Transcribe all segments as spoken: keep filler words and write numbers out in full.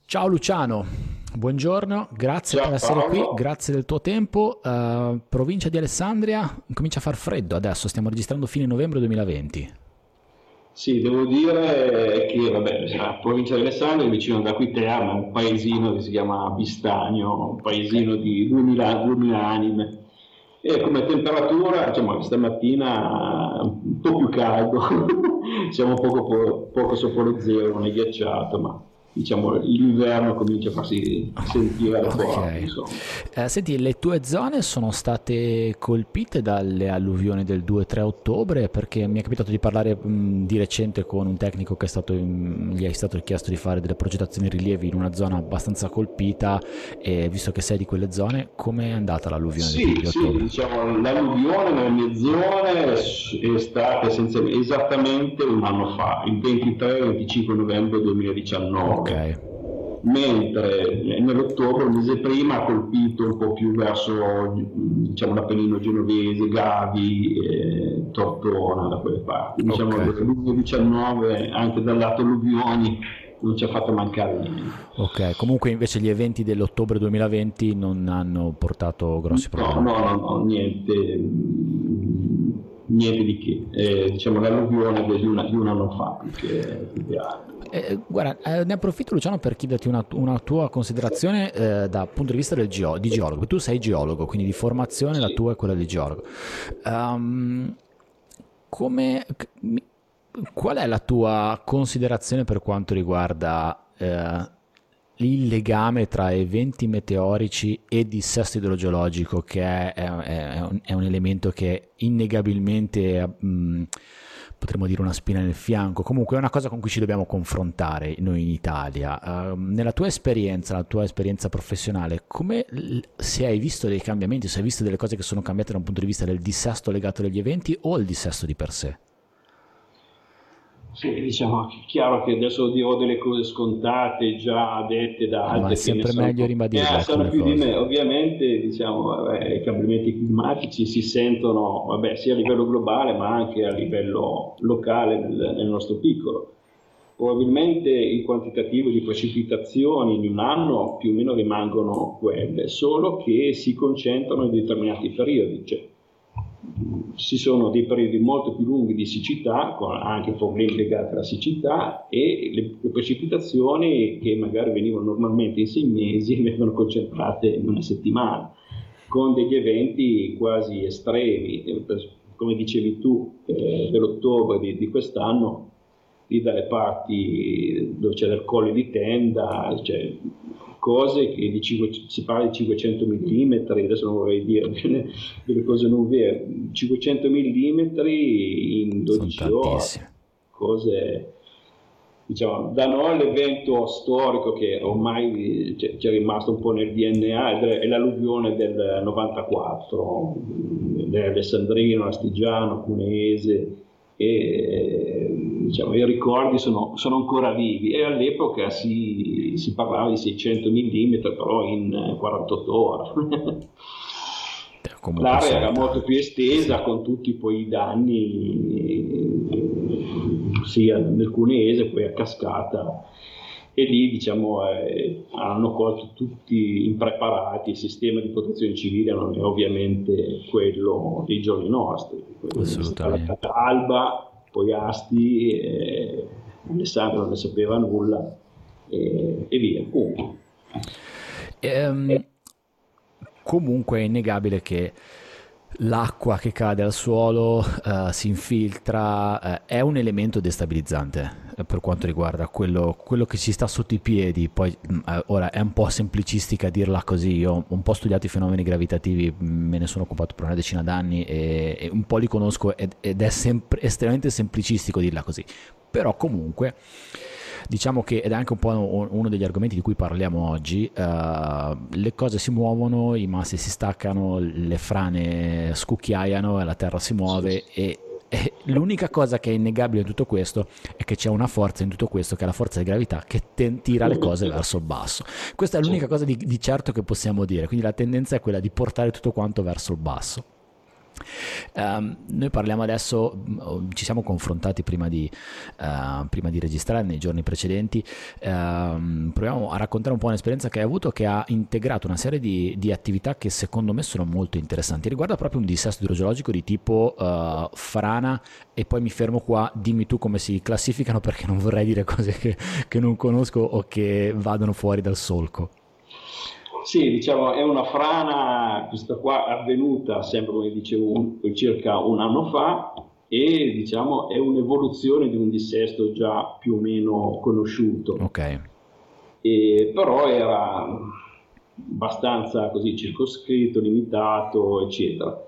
Ciao Luciano, buongiorno, grazie per Ciao essere qui, Paolo. grazie del tuo tempo. Eh, provincia di Alessandria, comincia a far freddo adesso, stiamo registrando fine novembre duemilaventi. Sì, devo dire che, vabbè, la provincia di Alessandria è vicino da qui Teramo, un paesino che si chiama Bistagno, un Ok. paesino di duemila, duemila anime. E come temperatura, diciamo, stamattina un po' più caldo, siamo poco, po- poco sopra lo zero, non è ghiacciato, ma diciamo l'inverno comincia a farsi sentire alle porte, Ok. insomma. Eh, senti, le tue zone sono state colpite dalle alluvioni del due tre ottobre? Perché mi è capitato di parlare mh, di recente con un tecnico che è stato in- gli è stato chiesto di fare delle progettazioni rilievi in una zona abbastanza colpita e visto che sei di quelle zone, com'è andata l'alluvione di, Sì, di sì, ottobre? diciamo, l'alluvione nelle mie zone è stata essenzialmente esattamente un anno fa, il ventitré venticinque novembre Ok, duemiladiciannove, mentre nell'ottobre, un mese prima, ha colpito un po' più verso diciamo, l'Appennino genovese, Gavi, eh, Tortona, da quelle parti. ok. Diciamo, il duemiladiciannove, anche dal lato alluvioni, non ci ha fatto mancare niente. Ok, comunque invece gli eventi dell'ottobre duemilaventi non hanno portato grossi No, problemi. no, no, no, niente, mm, niente di che. Eh, diciamo l'alluvione di, una- di un anno fa più che, più che altro. Eh, guarda, eh, ne approfitto Luciano per chiederti una, una tua considerazione eh, dal punto di vista del geo- di geologo. Tu sei geologo, quindi di formazione la Sì. tua è quella di geologo. Ehm, come, c- mi- qual è la tua considerazione per quanto riguarda eh, il legame tra eventi meteorici e dissesto idrogeologico, che è, è- è un, è un elemento che innegabilmente mh, potremmo dire una spina nel fianco, comunque è una cosa con cui ci dobbiamo confrontare noi in Italia. Ehm, nella tua esperienza, la tua esperienza professionale, come l- se hai visto dei cambiamenti, se hai visto delle cose che sono cambiate da un punto di vista del dissesto legato agli eventi o al dissesto di per sé? Sì, diciamo, è chiaro che adesso dirò delle cose scontate, già dette da Ma è altri che ne sempre meglio sanno, ribadirle eh, sanno alcune più di me. cose. Ovviamente, diciamo, vabbè, i cambiamenti climatici si sentono, vabbè, sia a livello globale ma anche a livello locale nel, nel nostro piccolo. Probabilmente il quantitativo di precipitazioni in un anno più o meno rimangono quelle, solo che si concentrano in determinati periodi. Cioè, ci sono dei periodi molto più lunghi di siccità, con anche problemi legati alla siccità, e le, le precipitazioni che magari venivano normalmente in sei mesi vengono concentrate in una settimana, con degli eventi quasi estremi. Come dicevi tu, eh, dell'ottobre di, di quest'anno, lì dalle parti dove c'è del Colle di Tenda, cioè cose che di cinque, si parla di cinquecento millimetri, adesso non vorrei dire delle, delle cose non vere, cinquecento millimetri in Sono dodici ore, tantissime. cose, diciamo, da noi l'evento storico che ormai c'è, c'è rimasto un po' nel D N A è l'alluvione del novantaquattro, dell'Alessandrino, Astigiano, Cuneese, e diciamo, i ricordi sono, sono ancora vivi e all'epoca si, si parlava di seicento millimetri però in quarantotto ore. Comunque L'area sia era molto tanto. più Sì. estesa con tutti poi i danni eh, sia nel Cuneese poi a cascata e lì diciamo eh, hanno colto tutti impreparati, il sistema di protezione civile non è ovviamente quello dei giorni nostri, quindi è stata Assolutamente. attaccata Alba, poi Asti, eh, Alessandro non ne sapeva nulla e, e via. Comunque. Ehm, comunque è innegabile che l'acqua che cade al suolo eh, si infiltra, eh, è un elemento destabilizzante eh, per quanto riguarda quello, quello che ci sta sotto i piedi. Poi mh, eh, ora è un po' semplicistica dirla così, io ho un po' studiato i fenomeni gravitativi, mh, me ne sono occupato per una decina d'anni e, e un po' li conosco ed, ed è sempre estremamente semplicistico dirla così, però comunque diciamo che, ed è anche un po' uno degli argomenti di cui parliamo oggi, eh, le cose si muovono, i massi si staccano, le frane scucchiaiano e la terra si Sì, muove e, e l'unica cosa che è innegabile in tutto questo è che c'è una forza in tutto questo, che è la forza di gravità, che te- tira le cose verso il basso. Questa è l'unica sì. cosa di, di certo che possiamo dire, quindi la tendenza è quella di portare tutto quanto verso il basso. Um, noi parliamo adesso, ci siamo confrontati prima di, uh, prima di registrare nei giorni precedenti, um, proviamo a raccontare un po' un'esperienza che hai avuto, che ha integrato una serie di, di attività che secondo me sono molto interessanti. Riguarda proprio un dissesto idrogeologico di tipo uh, frana, e poi mi fermo qua, dimmi tu come si classificano, perché non vorrei dire cose che, che non conosco o che vadano fuori dal solco. Sì, diciamo, è una frana, questa qua è avvenuta sempre, come dicevo, un, circa un anno fa, e diciamo è un'evoluzione di un dissesto già più o meno conosciuto. Ok. E, però era abbastanza così circoscritto, limitato, eccetera.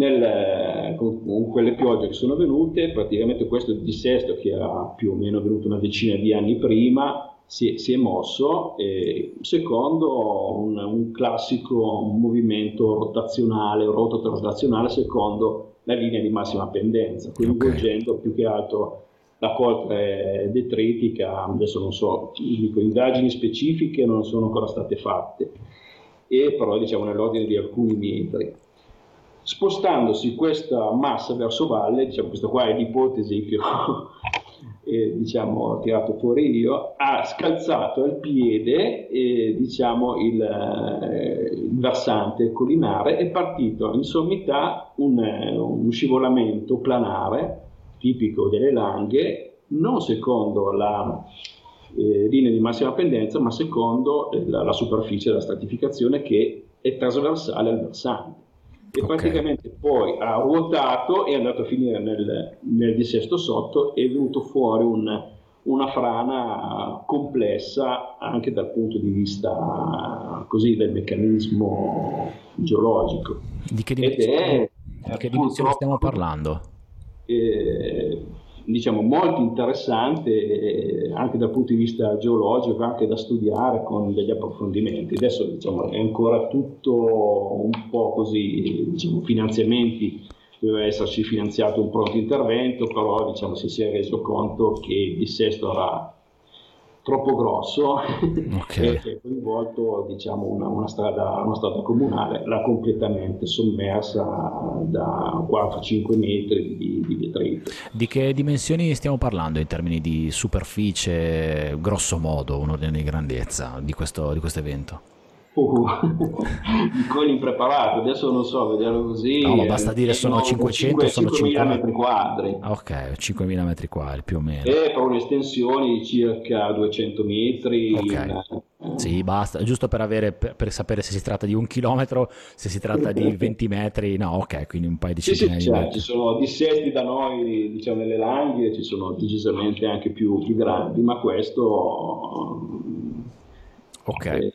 Nel, con, con quelle piogge che sono venute, praticamente questo dissesto, che era più o meno venuto una decina di anni prima, Si è, si è mosso eh, secondo un, un classico movimento rotazionale o rototraslazionale secondo la linea di massima pendenza, coinvolgendo okay. più che altro la coltre detritica. Adesso non so, dico, indagini specifiche non sono ancora state fatte, e però diciamo nell'ordine di alcuni metri. Spostandosi questa massa verso valle, diciamo, questa qua è l'ipotesi che ho Eh, diciamo, ho tirato fuori io, ha scalzato al piede eh, diciamo, il, eh, il versante collinare, è partito in sommità un, eh, un scivolamento planare tipico delle Langhe, non secondo la eh, linea di massima pendenza, ma secondo eh, la, la superficie della stratificazione, che è trasversale al versante. E okay. praticamente poi ha ruotato e è andato a finire nel, nel dissesto sotto, e è venuto fuori un, una frana complessa anche dal punto di vista così del meccanismo geologico. Di che dimensione, di che dimensione stiamo parlando? Eh, diciamo molto interessante eh, anche dal punto di vista geologico, anche da studiare con degli approfondimenti. Adesso diciamo, è ancora tutto un po' così, diciamo, finanziamenti, doveva esserci finanziato un pronto intervento, però diciamo, si, si è reso conto che il dissesto era troppo grosso okay. e è coinvolto diciamo, una, una, strada, una strada comunale, l'ha completamente sommersa da quattro cinque metri di, di detrito. Di che dimensioni stiamo parlando in termini di superficie, grosso modo, un ordine di grandezza di questo, di questo evento? Uh, con impreparato, adesso non so, vederlo così. No, ma basta dire sono cinquecento, sono cinquemila metri quadri. Ok, cinquemila metri quadri più o meno. E per un'estensione di circa duecento metri. Ok. In... Sì, basta, giusto per avere, per, per sapere se si tratta di un chilometro, se si tratta di venti metri, no, ok, quindi un paio di centinaia sì, sì, di metri. Ci sono dissesti da noi, diciamo, nelle Langhe, ci sono decisamente anche più, più grandi, ma questo... Ok. Eh,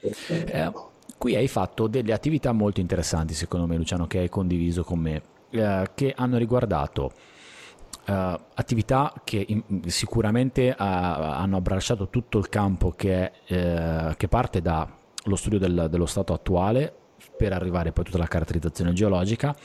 qui hai fatto delle attività molto interessanti, secondo me, Luciano, che hai condiviso con me, eh, che hanno riguardato eh, attività che in, sicuramente eh, hanno abbracciato tutto il campo che, eh, che parte dallo studio del, dello stato attuale per arrivare poi a tutta la caratterizzazione geologica.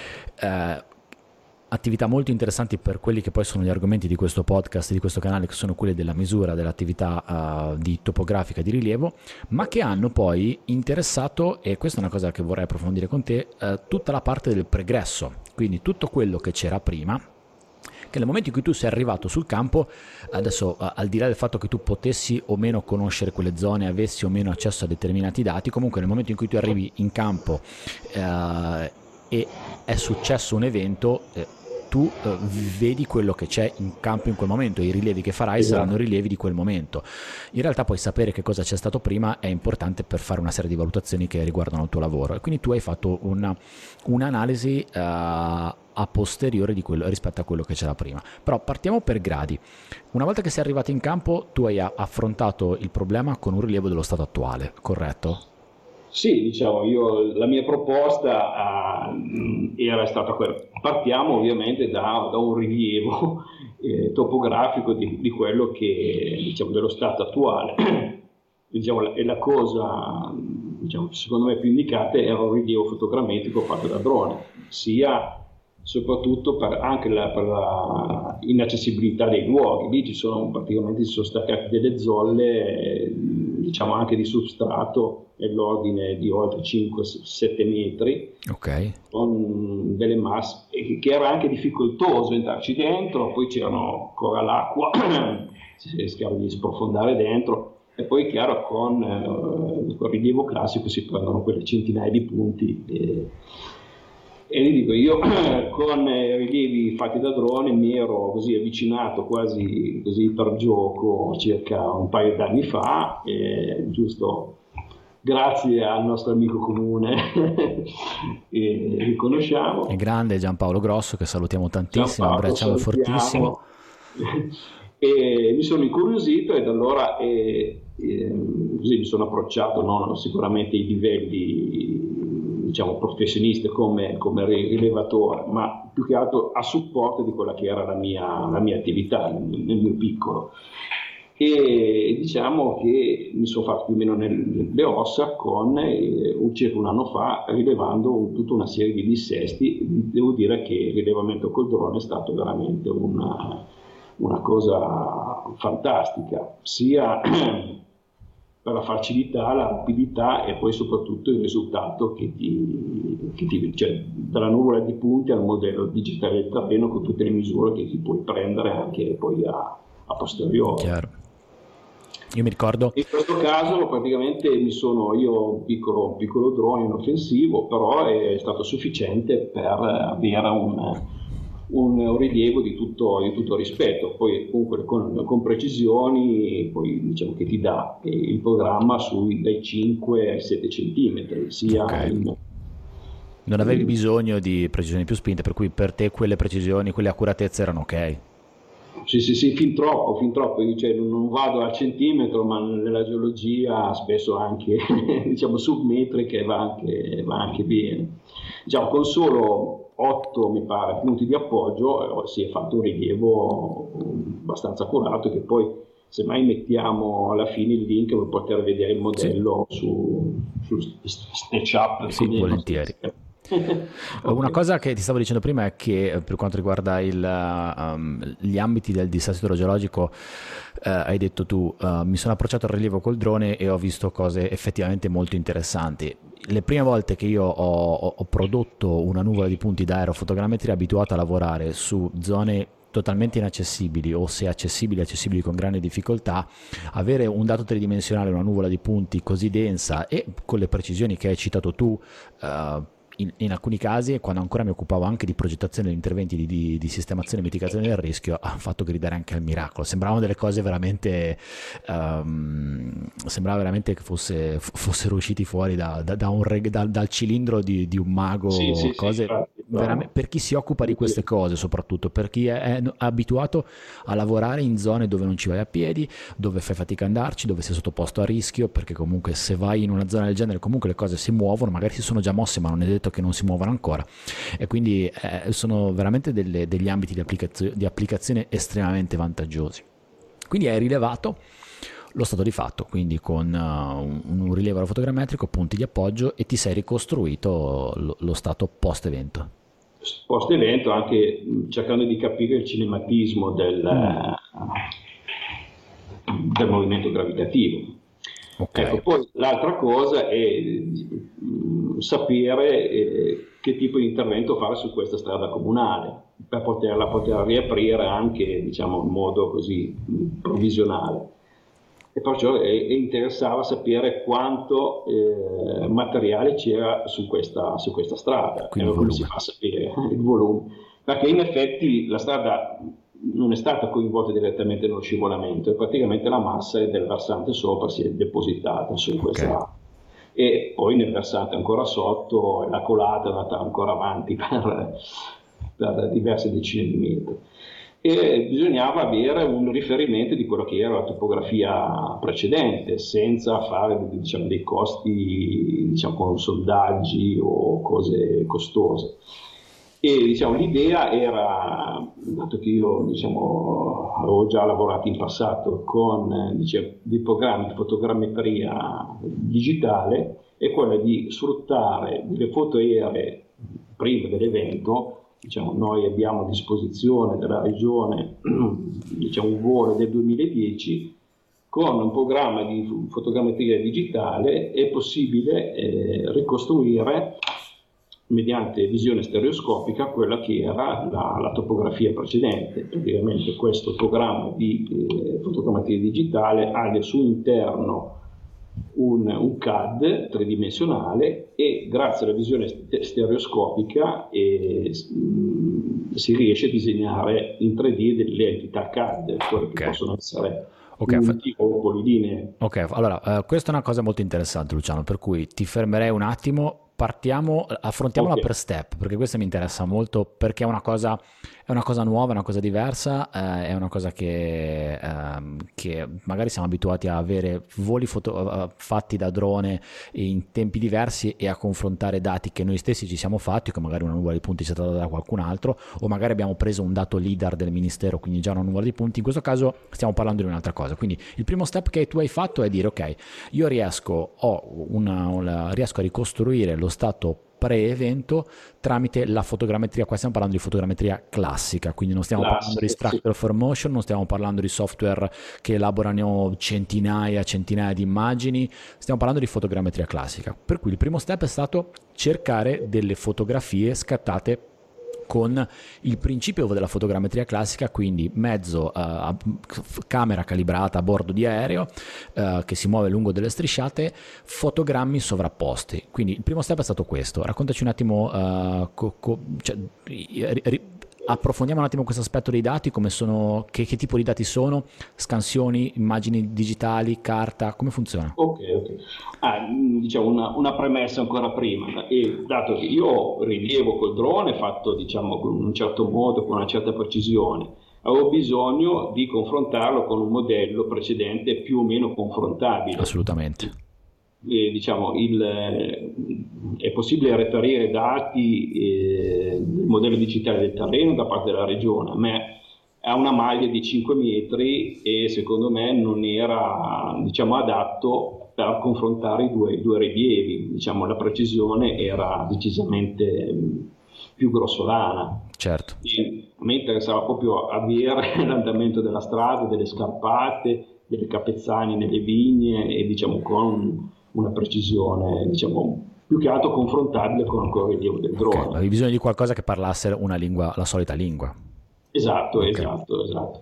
Eh, attività molto interessanti per quelli che poi sono gli argomenti di questo podcast, di questo canale, che sono quelli della misura, dell'attività uh, di topografica, di rilievo, ma che hanno poi interessato, e questa è una cosa che vorrei approfondire con te, uh, tutta la parte del pregresso, quindi tutto quello che c'era prima, che nel momento in cui tu sei arrivato sul campo, adesso uh, al di là del fatto che tu potessi o meno conoscere quelle zone, avessi o meno accesso a determinati dati, comunque nel momento in cui tu arrivi in campo uh, e è successo un evento, eh, tu eh, vedi quello che c'è in campo in quel momento, i rilievi che farai esatto. saranno rilievi di quel momento. In realtà poi sapere che cosa c'è stato prima è importante per fare una serie di valutazioni che riguardano il tuo lavoro, e quindi tu hai fatto una, un'analisi uh, a posteriore di quello, rispetto a quello che c'era prima. Però partiamo per gradi. Una volta che sei arrivato in campo, tu hai affrontato il problema con un rilievo dello stato attuale, corretto? Sì, diciamo, io la mia proposta uh, era stata quella. Partiamo ovviamente da, da un rilievo eh, topografico di, di quello che, diciamo, dello stato attuale. Diciamo, e la cosa, diciamo, secondo me più indicata era un rilievo fotogrammetrico fatto da drone, sia soprattutto per anche la, per la inaccessibilità dei luoghi. Lì ci sono praticamente ci sono staccate delle zolle, eh, diciamo anche di substrato nell'ordine di oltre cinque sette metri, Ok. con delle masse che che era anche difficoltoso entrarci dentro, poi c'erano ancora l'acqua, si rischiava di sprofondare dentro, e poi chiaro con eh, il rilievo classico si prendono quelle centinaia di punti. E, e vi dico, io con i rilievi fatti da drone mi ero così avvicinato quasi così per gioco circa un paio d'anni fa, e, giusto grazie al nostro amico comune che riconosciamo, È grande Giampaolo Grosso, che salutiamo tantissimo, Giampaolo, abbracciamo fortissimo. salutiamo. E mi sono incuriosito e da allora eh, eh, così mi sono approcciato non sicuramente ai livelli diciamo professionisti come, come rilevatore, ma più che altro a supporto di quella che era la mia, la mia attività nel, nel mio piccolo. E diciamo che mi sono fatto più o meno nelle ossa con eh, circa un anno fa, rilevando un, tutta una serie di dissesti. Devo dire che il rilevamento col drone è stato veramente una, una cosa fantastica, sia per la facilità, la rapidità e poi soprattutto il risultato che ti, che ti cioè dalla nuvola di punti al modello digitale del terreno, con tutte le misure che ti puoi prendere anche poi a, a posteriori. Chiaro. Io mi ricordo. In questo caso praticamente mi sono io un piccolo, un piccolo drone inoffensivo, però è stato sufficiente per avere un, un, un rilievo di tutto, di tutto rispetto. Poi comunque con, con precisioni poi diciamo che ti dà il programma sui dai cinque ai sette centimetri, sia Okay. in, Non avevi bisogno di precisioni più spinte, per cui per te quelle precisioni, quelle accuratezze erano ok. Sì, sì, sì, fin troppo, fin troppo. Io, cioè, non vado al centimetro, ma nella geologia spesso anche, diciamo, submetriche va anche, va anche bene. Diciamo, con solo otto, mi pare, punti di appoggio eh, si è fatto un rilievo abbastanza accurato, che poi, se mai mettiamo alla fine il link per poter vedere il modello sì. su, su SketchUp. Sì, volentieri. Okay. Una cosa che ti stavo dicendo prima è che per quanto riguarda il, um, gli ambiti del dissesto idrogeologico, uh, hai detto tu, uh, mi sono approcciato al rilievo col drone e ho visto cose effettivamente molto interessanti. Le prime volte che io ho, ho, ho prodotto una nuvola di punti da aerofotogrammetria, abituato a lavorare su zone totalmente inaccessibili o se accessibili, accessibili con grande difficoltà, avere un dato tridimensionale, una nuvola di punti così densa e con le precisioni che hai citato tu, uh, In, in alcuni casi, quando ancora mi occupavo anche di progettazione di interventi di, di, di sistemazione e mitigazione del rischio, ha fatto gridare anche al miracolo. Sembravano delle cose veramente um, sembrava veramente che fosse, fossero usciti fuori da, da, da un reg, da, dal cilindro di, di un mago. Sì, sì, cose sì, infatti, veramente, per chi si occupa di queste cose, soprattutto per chi è, è abituato a lavorare in zone dove non ci vai a piedi, dove fai fatica ad andarci, dove sei sottoposto a rischio, perché comunque se vai in una zona del genere comunque le cose si muovono, magari si sono già mosse ma non è detto che non si muovono ancora, e quindi eh, sono veramente delle, degli ambiti di, applicazio- di applicazione estremamente vantaggiosi. Quindi hai rilevato lo stato di fatto, quindi con uh, un, un rilievo aerofotogrammetrico, punti di appoggio, e ti sei ricostruito lo, lo stato post evento. Post evento, anche cercando di capire il cinematismo del, mm. del movimento gravitativo. Okay. Ecco, poi l'altra cosa è mh, sapere eh, che tipo di intervento fare su questa strada comunale per poterla poter riaprire anche, diciamo, in modo così mh, provvisionale. E perciò eh, interessava sapere quanto eh, materiale c'era su questa, su questa strada. E come si fa a sapere il volume? Perché in effetti la strada non è stata coinvolta direttamente nello scivolamento, e praticamente la massa del versante sopra si è depositata su questa, okay. E poi nel versante ancora sotto la colata è andata ancora avanti per, per diverse decine di metri, e bisognava avere un riferimento di quello che era la topografia precedente senza fare, diciamo, dei costi, diciamo, con sondaggi o cose costose. E diciamo, l'idea era, dato che io, diciamo, avevo già lavorato in passato con, diciamo, dei programmi di fotogrammetria digitale, è quella di sfruttare le foto aeree prima dell'evento. Diciamo, noi abbiamo a disposizione della regione, diciamo, un volo del duemiladieci con un programma di fotogrammetria digitale è possibile eh, ricostruire mediante visione stereoscopica quella che era la, la topografia precedente. Praticamente questo programma di eh, fotogrammetria digitale ha al suo interno un, un C A D tridimensionale e grazie alla visione stereoscopica eh, si riesce a disegnare in tre D delle entità C A D, quelle okay. che possono essere okay. punti o polilinee. Ok, allora uh, questa è una cosa molto interessante, Luciano, per cui ti fermerei un attimo. Partiamo, affrontiamola okay. per step, perché questa mi interessa molto, perché è una cosa, è una cosa nuova, è una cosa diversa, eh, è una cosa che, ehm, che magari siamo abituati a avere voli foto, uh, fatti da drone in tempi diversi e a confrontare dati che noi stessi ci siamo fatti, che magari una nuvola di punti sia stata da qualcun altro, o magari abbiamo preso un dato LIDAR del ministero, quindi già una nuvola di punti. In questo caso stiamo parlando di un'altra cosa, quindi il primo step che tu hai fatto è dire ok, io riesco, ho una, una, riesco a ricostruire lo stato pre-evento tramite la fotogrammetria. Qua stiamo parlando di fotogrammetria classica, quindi non stiamo Classico, parlando di Structure sì. for Motion, non stiamo parlando di software che elaborano centinaia centinaia di immagini, stiamo parlando di fotogrammetria classica, per cui il primo step è stato cercare delle fotografie scattate con il principio della fotogrammetria classica, quindi mezzo uh, camera calibrata a bordo di aereo uh, che si muove lungo delle strisciate, fotogrammi sovrapposti. Quindi il primo step è stato questo. Raccontaci un attimo, uh, co- co- cioè, ri- ri- approfondiamo un attimo questo aspetto dei dati, come sono, che, che tipo di dati sono, scansioni, immagini digitali, carta, come funziona? Ok, ok. Ah, diciamo una, una premessa ancora prima, e dato che io rilievo col drone fatto diciamo con un certo modo, con una certa precisione, avevo bisogno di confrontarlo con un modello precedente più o meno confrontabile. Assolutamente. Eh, diciamo, il, eh, è possibile reperire dati eh, del modello digitale del terreno da parte della regione, ma ha una maglia di cinque metri e secondo me non era diciamo, adatto per confrontare i due, i due rilievi. Diciamo, la precisione era decisamente più grossolana. Certo. E a me interessava proprio avere l'andamento della strada, delle scarpate, delle capezzane nelle vigne e diciamo con una precisione diciamo più che altro confrontabile con il rilievo del drone. Okay, avevi bisogno di qualcosa che parlasse una lingua, la solita lingua. Esatto, okay. esatto, esatto.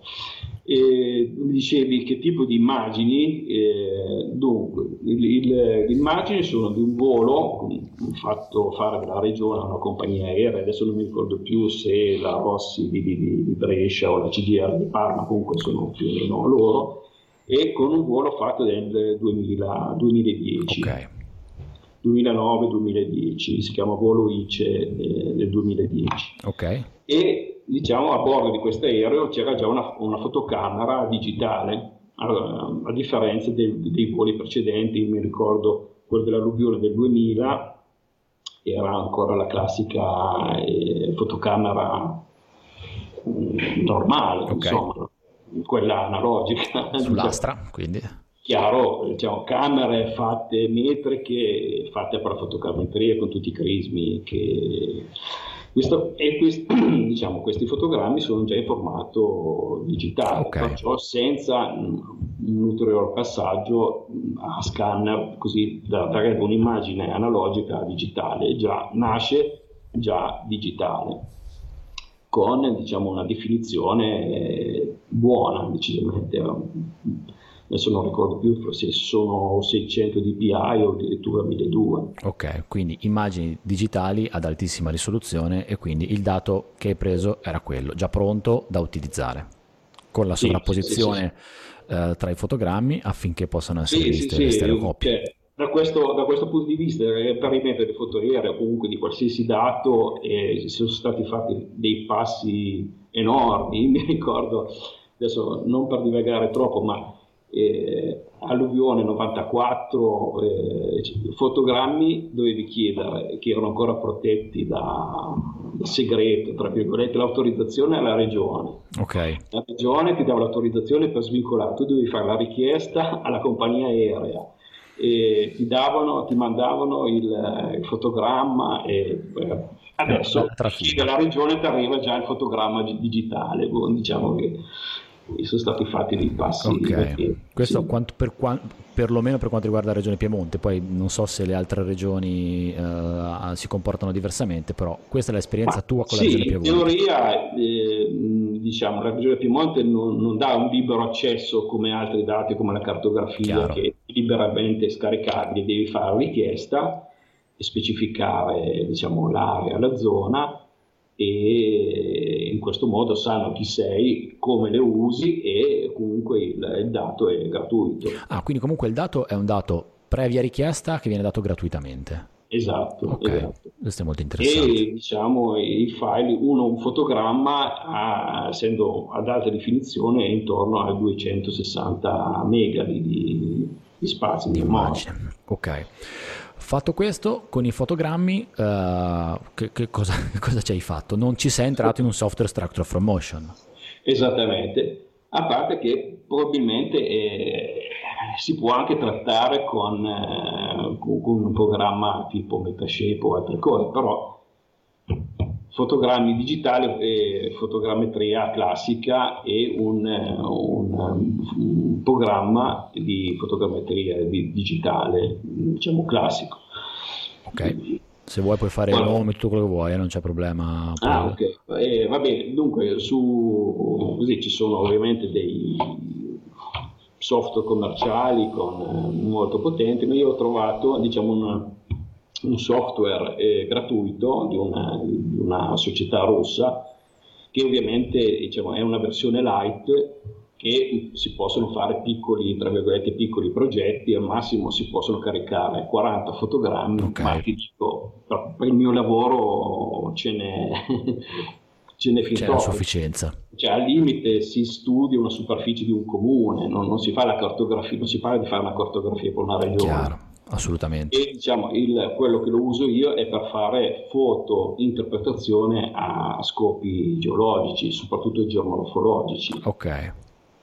E mi dicevi che tipo di immagini? Eh, dunque, le immagini sono di un volo fatto fare dalla regione a una compagnia aerea, adesso non mi ricordo più se la Rossi di, di, di Brescia o la C G R di Parma, comunque sono più o meno loro, e con un volo fatto nel duemila, duemiladieci. Okay. duemilanove duemiladieci, si chiama volo I C E eh, del duemiladieci. Ok. E diciamo a bordo di questo aereo c'era già una, una fotocamera digitale, a, a differenza dei, dei voli precedenti. Mi ricordo quello dell'alluvione del duemila, era ancora la classica eh, fotocamera mh, normale, okay. insomma, quella analogica. Sull'Astra, quindi. Chiaro, diciamo, camere fatte metriche, fatte per la fotogrammetria con tutti i crismi che... Questo, e questi, diciamo, questi fotogrammi sono già in formato digitale, okay. perciò senza un ulteriore passaggio a scanner, così da dare un'immagine analogica a digitale, già nasce già digitale, con diciamo, una definizione buona, decisamente. Adesso non ricordo più se sono seicento dpi o addirittura milleduecento. Ok, quindi immagini digitali ad altissima risoluzione e quindi il dato che hai preso era quello, già pronto da utilizzare, con la sovrapposizione sì, sì, sì, sì. Eh, tra i fotogrammi affinché possano essere sì, viste sì, le sì, stereocopie. Cioè, da, questo, da questo punto di vista il reperimento delle foto aeree o comunque di qualsiasi dato eh, sono stati fatti dei passi enormi. Mi ricordo, adesso non per divagare troppo, ma Eh, alluvione novantaquattro, eh, fotogrammi dovevi chiedere, che erano ancora protetti da, da segreto, tra virgolette, l'autorizzazione alla regione. Okay. La regione ti dava l'autorizzazione per svincolare, tu dovevi fare la richiesta alla compagnia aerea e ti davano, ti mandavano il, il fotogramma e eh, adesso dalla regione ti arriva già il fotogramma digitale, diciamo che sono stati fatti dei passi. Ok, questo sì. quanto, per, perlomeno per quanto riguarda la regione Piemonte, poi non so se le altre regioni eh, si comportano diversamente, però questa è l'esperienza Ma, tua con sì, la regione Piemonte. In teoria eh, diciamo la regione Piemonte non, non dà un libero accesso come altri dati, come la cartografia, Chiaro. Che è liberamente scaricabile, devi fare richiesta e specificare diciamo, l'area, la zona, e in questo modo sanno chi sei, come le usi, e comunque il, il dato è gratuito. Ah, quindi comunque il dato è un dato previa richiesta che viene dato gratuitamente. Esatto, okay. esatto. Questo è molto interessante. E diciamo i file, uno un fotogramma ha, essendo ad alta definizione, è intorno a duecentosessanta mega di, di spazio di immagine. Ok. Fatto questo, con i fotogrammi, uh, che, che, cosa, che cosa ci hai fatto? Non ci sei entrato in un software Structure from Motion? Esattamente, a parte che probabilmente eh, si può anche trattare con, eh, con un programma tipo Metashape o altre cose, però fotogrammi digitali, eh, fotogrammetria classica e un, un, un programma di fotogrammetria di, digitale, diciamo classico. Ok, se vuoi puoi fare il nome, tutto quello che vuoi, eh, non c'è problema. Poi... Ah, ok, eh, va bene. Dunque, su così ci sono ovviamente dei software commerciali con, eh, molto potenti. Io ho trovato, diciamo, un un software eh, gratuito di una, di una società russa, che ovviamente diciamo, è una versione light, che si possono fare piccoli, tra virgolette, piccoli progetti, al massimo si possono caricare quaranta fotogrammi, okay. Ma ti dico, per, per il mio lavoro ce n'è, ce n'è fin C'è troppo. la sufficienza. Cioè, al limite si studia una superficie di un comune, non, non si fa la cartografia, non si parla di fare una cartografia per una regione. Chiaro. Assolutamente. E diciamo il, quello che lo uso io è per fare foto interpretazione a scopi geologici, soprattutto geomorfologici. Ok.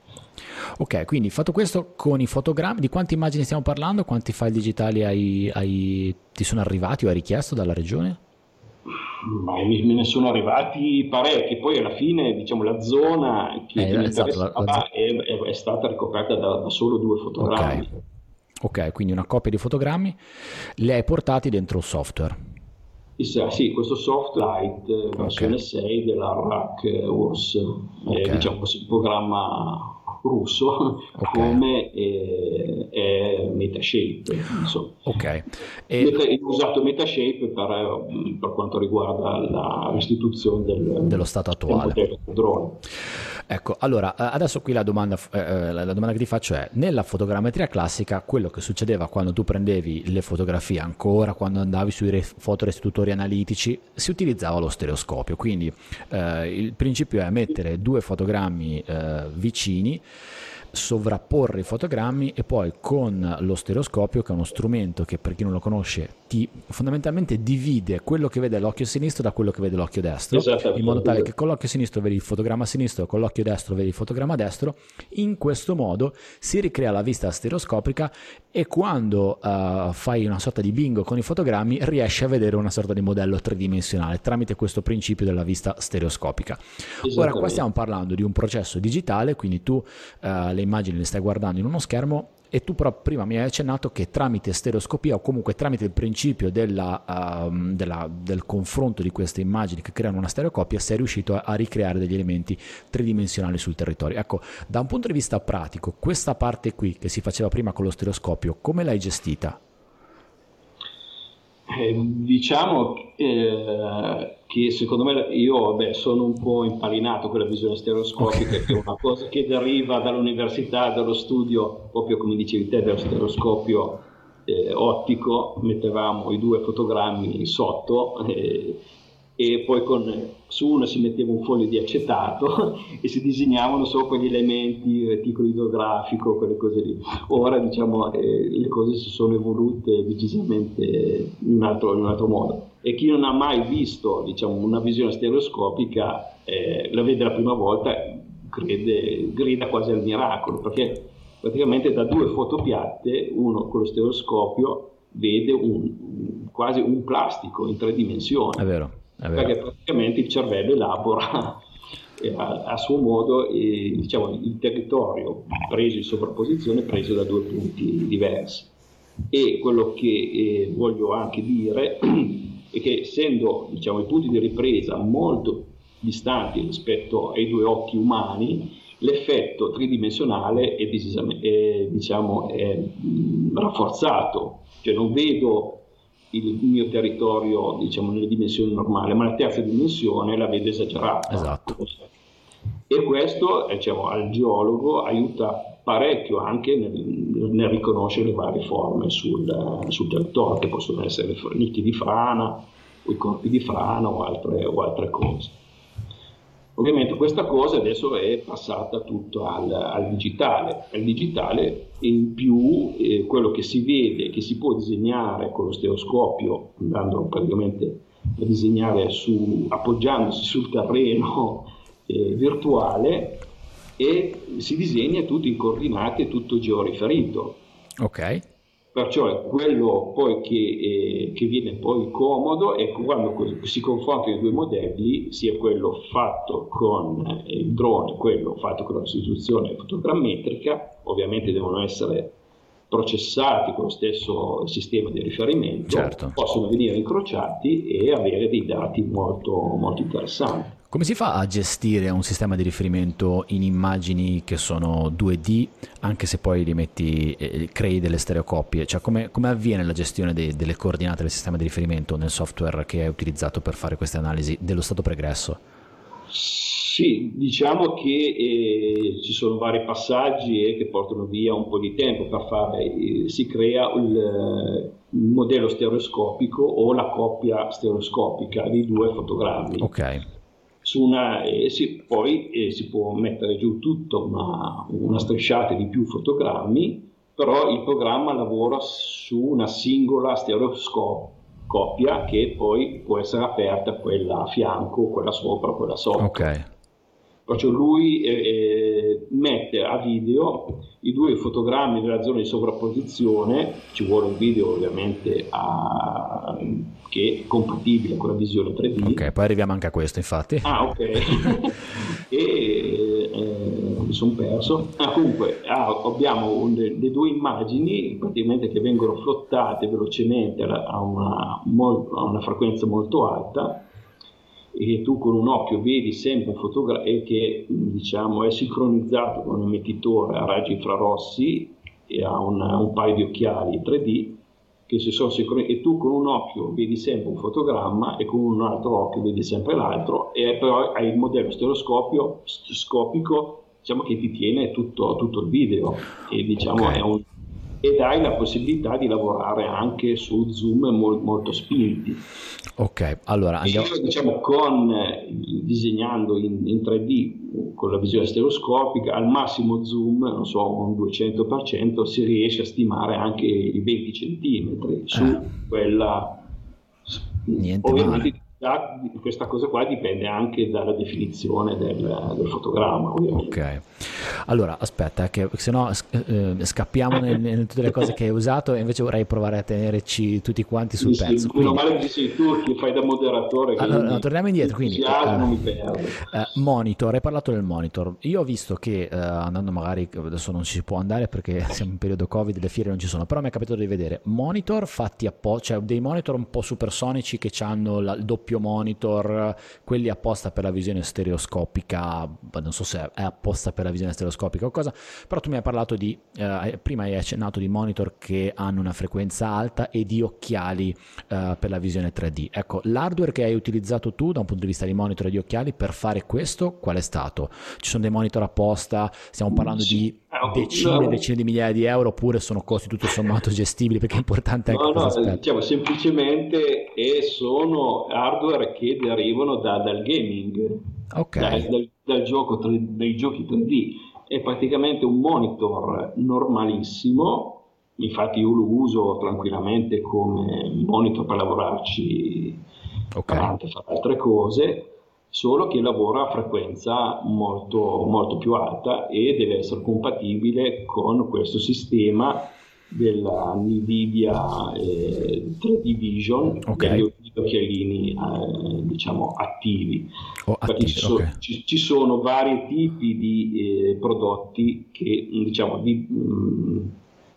Ok, quindi fatto questo, con i fotogrammi, di quante immagini stiamo parlando? Quanti file digitali hai, hai, ti sono arrivati o hai richiesto dalla regione? Ma me ne sono arrivati parecchi, poi alla fine diciamo la zona che, eh, che mi interessava la, la... È, è stata ricoperta da, da solo due fotogrammi. Ok. Ok, quindi una coppia di fotogrammi, li hai portati dentro il software? Sì, questo software light, versione okay. sei della R A C U R S, okay. È, diciamo così, il programma russo, okay. Come è, è Metashape. Insomma. Ok. E... Ho usato Metashape per, per quanto riguarda la restituzione del, dello stato attuale. Del drone. Ecco, allora, adesso qui la domanda, eh, la domanda che ti faccio è: nella fotogrammetria classica, quello che succedeva quando tu prendevi le fotografie, ancora quando andavi sui fotorestitutori analitici, si utilizzava lo stereoscopio, quindi eh, il principio è mettere due fotogrammi eh, vicini, sovrapporre i fotogrammi e poi con lo stereoscopio, che è uno strumento che per chi non lo conosce ti fondamentalmente divide quello che vede l'occhio sinistro da quello che vede l'occhio destro, in modo tale che con l'occhio sinistro vedi il fotogramma sinistro e con l'occhio destro vedi il fotogramma destro. In questo modo si ricrea la vista stereoscopica e quando uh, fai una sorta di bingo con i fotogrammi riesci a vedere una sorta di modello tridimensionale tramite questo principio della vista stereoscopica. Ora qua stiamo parlando di un processo digitale, quindi tu uh, le immagini le stai guardando in uno schermo e tu però prima mi hai accennato che tramite stereoscopia o comunque tramite il principio della, uh, della, del confronto di queste immagini che creano una stereocopia sei riuscito a, a ricreare degli elementi tridimensionali sul territorio. Ecco, da un punto di vista pratico, questa parte qui che si faceva prima con lo stereoscopio, come l'hai gestita? Eh, diciamo eh, che secondo me io beh, sono un po' impallinato con la visione stereoscopica, okay. Che è una cosa che deriva dall'università, dallo studio, proprio come dicevi te, dello stereoscopio eh, ottico. Mettevamo i due fotogrammi sotto eh, e poi con, su uno si metteva un foglio di acetato e si disegnavano sopra gli elementi, il reticolo idrografico, quelle cose lì. Ora diciamo eh, le cose si sono evolute decisamente in un altro, in un altro modo, e chi non ha mai visto diciamo una visione stereoscopica eh, la vede la prima volta, crede, grida quasi al miracolo, perché praticamente da due foto piatte uno con lo stereoscopio vede un, quasi un plastico in tre dimensioni. È vero. Perché praticamente il cervello elabora eh, a, a suo modo eh, diciamo, il territorio preso in sovrapposizione preso da due punti diversi. E quello che eh, voglio anche dire è che essendo diciamo, i punti di ripresa molto distanti rispetto ai due occhi umani, l'effetto tridimensionale è, è, diciamo, è mh, rafforzato, cioè non vedo il mio territorio diciamo, nelle dimensioni normali, ma la terza dimensione la vedo esagerata. Esatto. E questo diciamo, al geologo aiuta parecchio anche nel, nel riconoscere le varie forme sul, sul territorio, che possono essere nicchi di frana, o i corpi di frana o altre, o altre cose. Ovviamente questa cosa adesso è passata tutto al, al digitale. Il digitale in più eh, quello che si vede, che si può disegnare con lo stereoscopio, andando praticamente a disegnare su, appoggiandosi sul terreno eh, virtuale, e si disegna tutto in coordinate, tutto georiferito. Ok. Perciò è quello poi che, eh, che viene poi comodo è quando si confrontano i due modelli, sia quello fatto con il drone, quello fatto con la restituzione fotogrammetrica, ovviamente devono essere processati con lo stesso sistema di riferimento, certo. Possono venire incrociati e avere dei dati molto, molto interessanti. Come si fa a gestire un sistema di riferimento in immagini che sono due D, anche se poi li metti, eh, crei delle stereocopie? Cioè come, come avviene la gestione de, delle coordinate del sistema di riferimento nel software che è utilizzato per fare queste analisi dello stato pregresso? Sì, diciamo che eh, ci sono vari passaggi eh, che portano via un po' di tempo per fare, eh, si crea il, il modello stereoscopico o la coppia stereoscopica di due fotogrammi. Ok. Su una, eh, si, poi eh, si può mettere giù tutta una, una strisciata di più fotogrammi, però il programma lavora su una singola stereoscopia che poi può essere aperta, quella a fianco, quella sopra, quella sotto. Ok. Perciò lui eh, mette a video i due fotogrammi nella zona di sovrapposizione, ci vuole un video ovviamente a, che è compatibile con la visione tre D. Ok, poi arriviamo anche a questo infatti. Ah, ok. e eh, mi sono perso. Ah, comunque ah, abbiamo un, le due immagini praticamente che vengono flottate velocemente a una, a una frequenza molto alta, e tu con un occhio vedi sempre un fotogramma che diciamo è sincronizzato con un emettitore a raggi infrarossi e ha una, un paio di occhiali tre D che si sono sincronizzati, e tu con un occhio vedi sempre un fotogramma e con un altro occhio vedi sempre l'altro, e però hai il modello stereoscopio scopico diciamo che ti tiene tutto, tutto il video, e diciamo okay. è un ed hai la possibilità di lavorare anche su zoom mol, molto spinti. Ok, allora andiamo... Io, diciamo, con disegnando in, in tre D con la visione stereoscopica al massimo zoom, non so, un duecento per cento, si riesce a stimare anche i venti centimetri su eh. quella. Niente ovviamente male. Da, questa cosa qua dipende anche dalla definizione del, del fotogramma, ovviamente. Ok, allora aspetta che se no eh, scappiamo in tutte le cose che hai usato, e invece vorrei provare a tenerci tutti quanti sul sì, pezzo. Sì, quindi... meno male che sei tu che fai da moderatore. Allora, no, torniamo indietro. Quindi, uh, non mi perdo. Uh, monitor, hai parlato del monitor. Io ho visto che uh, andando magari, adesso non ci si può andare perché siamo in periodo Covid, le fiere non ci sono, però mi è capitato di vedere monitor fatti apposta, cioè dei monitor un po' supersonici che hanno la, il doppio monitor, quelli apposta per la visione stereoscopica, non so se è apposta per la visione stereoscopica o cosa, però tu mi hai parlato di, eh, prima hai accennato di monitor che hanno una frequenza alta e di occhiali eh, per la visione tre D. Ecco, l'hardware che hai utilizzato tu da un punto di vista di monitor e di occhiali per fare questo, qual è stato? Ci sono dei monitor apposta, stiamo parlando sì. di decine e decine di migliaia di euro, oppure sono costi tutto sommato gestibili, perché è importante anche no, questo no, aspetto. Diciamo semplicemente e sono hardware che derivano da, dal gaming, okay. da, dal, dal gioco tre, dai giochi tre D. È praticamente un monitor normalissimo, infatti io lo uso tranquillamente come monitor per lavorarci, okay. per anche fare altre cose, solo che lavora a frequenza molto, molto più alta e deve essere compatibile con questo sistema della NVIDIA eh, tre D Vision, okay. degli occhialini eh, diciamo attivi, O perché attivi, ci, so- ok. ci- ci sono vari tipi di eh, prodotti che diciamo di, mh,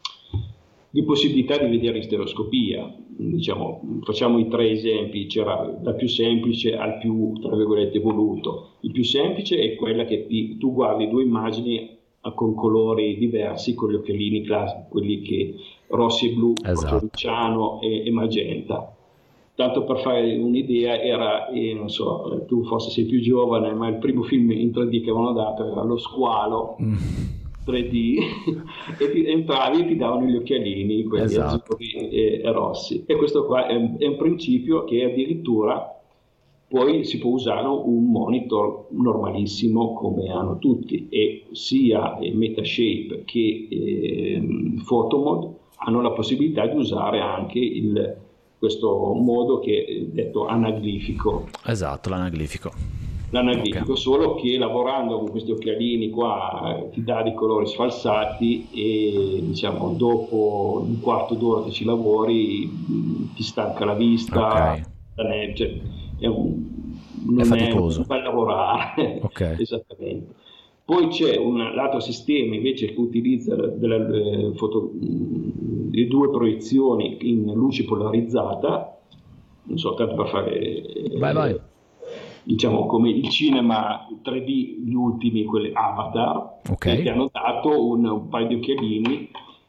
di possibilità di vedere in stereoscopia. Diciamo, facciamo i tre esempi, c'era dal più semplice al più, tra virgolette, evoluto. Il più semplice è quella che ti- tu guardi due immagini eh, con colori diversi, con gli occhialini classici, quelli che rossi e blu, Esatto. fluoresciano e, e magenta. Tanto per fare un'idea, era, eh, non so, eh, tu forse sei più giovane, ma il primo film in tre D che avevano dato era Lo Squalo Mm. tre D e ti entravi e ti davano gli occhialini, quelli Esatto. azzurri e, e rossi. E questo qua è un, è un principio che addirittura poi si può usare un monitor normalissimo come hanno tutti, e sia eh, Metashape che eh, Photomod hanno la possibilità di usare anche il, questo modo che è detto anaglifico. Esatto, l'anaglifico. Ok. L'anaglifico, solo che lavorando con questi occhialini qua eh, ti dà dei colori sfalsati e diciamo dopo un quarto d'ora che ci lavori mh, ti stanca la vista, Ok. la ne- cioè, è un- È non è un faticoso. bel lavorare, Ok. esattamente. Poi c'è un l'altro sistema invece che utilizza la- della- le, foto- mh, le due proiezioni in luce polarizzata, non so, tanto per fare Vai, vai. eh, diciamo come il cinema tre D, gli ultimi, quelli Avatar, Ok. e ti hanno dato un, un paio di occhialini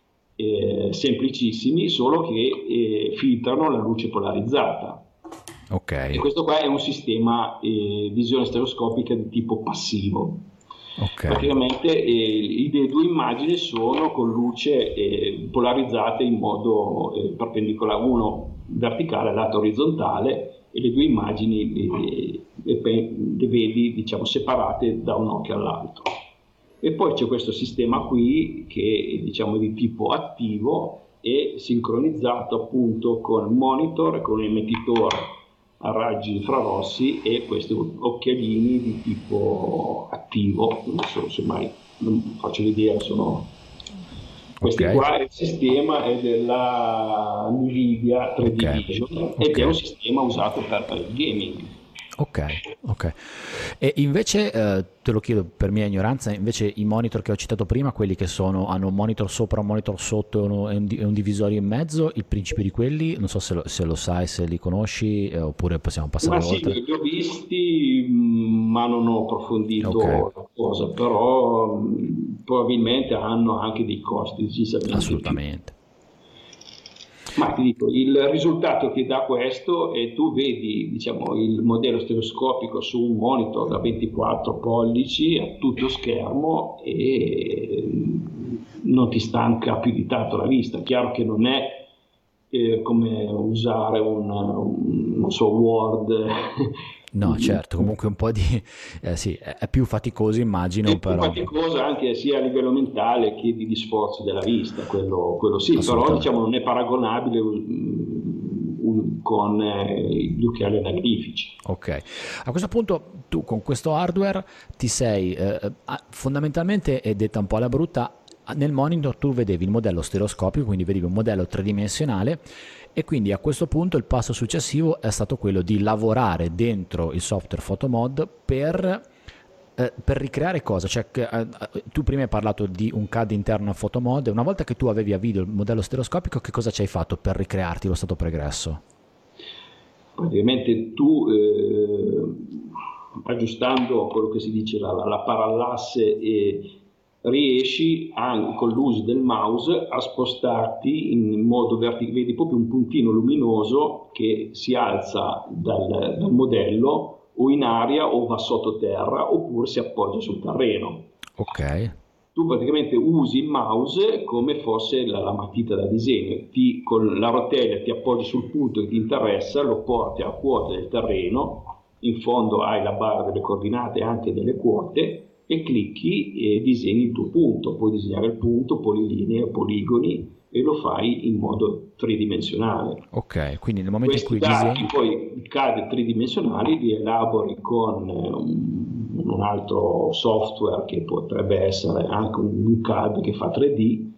eh, semplicissimi, solo che eh, filtrano la luce polarizzata. E Ok. questo qua è un sistema eh, visione stereoscopica di tipo passivo. Ok. Praticamente eh, le due immagini sono con luce eh, polarizzate in modo eh, perpendicolare, uno verticale, l'altro orizzontale, e le due immagini eh, le, le vedi diciamo separate da un occhio all'altro. E poi c'è questo sistema qui che è diciamo di tipo attivo e sincronizzato appunto con il monitor e con un emettitore a raggi infrarossi e questi occhialini di tipo attivo. Non so se mai non faccio l'idea, sono questi Ok. qua. Il sistema è della Nvidia tre D Ok. Vision ed è un Ok. sistema usato per, per il gaming. Ok, ok. E invece, eh, te lo chiedo per mia ignoranza, invece i monitor che ho citato prima, quelli che sono, hanno un monitor sopra, un monitor sotto e, uno- e un, di- e un divisorio in mezzo, il principio di quelli, non so se lo, se lo sai, se li conosci, eh, oppure possiamo Ma passare sì, oltre. li ho visti, mh, ma non ho Ok, approfondito la cosa, però mh, probabilmente hanno anche dei costi decisamente più. assolutamente. Ma ti dico, il risultato che dà questo è tu vedi, diciamo, il modello stereoscopico su un monitor da ventiquattro pollici a tutto schermo e non ti stanca più di tanto la vista. Chiaro che non è eh, come usare un, un, non so, Word. No, certo, comunque un po' di... eh, sì, è è più faticoso immagino, È più però faticosa anche sia a livello mentale che di, di sforzo della vista, quello, quello sì, però assolutamente. diciamo non è paragonabile um, um, con eh, gli occhiali anaglifici. Ok, a questo punto tu con questo hardware ti sei eh, ah, fondamentalmente, è detta un po' alla brutta, nel monitor tu vedevi il modello stereoscopico, quindi vedevi un modello tridimensionale, e quindi a questo punto il passo successivo è stato quello di lavorare dentro il software Photomod per, eh, per ricreare cosa? Cioè, che, eh, tu prima hai parlato di un C A D interno a Photomod, e una volta che tu avevi a video il modello stereoscopico, che cosa ci hai fatto per ricrearti lo stato pregresso? Praticamente tu eh, aggiustando quello che si dice la, la parallasse e riesci anche con l'uso del mouse a spostarti in modo verticale, vedi proprio un puntino luminoso che si alza dal, dal modello o in aria o va sottoterra oppure si appoggia sul terreno. Ok, Tu praticamente usi il mouse come fosse la, la matita da disegno, ti, con la rotella ti appoggi sul punto che ti interessa, lo porti a quota del terreno, in fondo hai la barra delle coordinate e anche delle quote, e clicchi e disegni il tuo punto. Puoi disegnare il punto, polilinee, poligoni, e lo fai in modo tridimensionale. ok, quindi nel momento in Questi cui dati disegni... poi, i C A D tridimensionali, li elabori con eh, un, un altro software che potrebbe essere anche un C A D che fa tre D,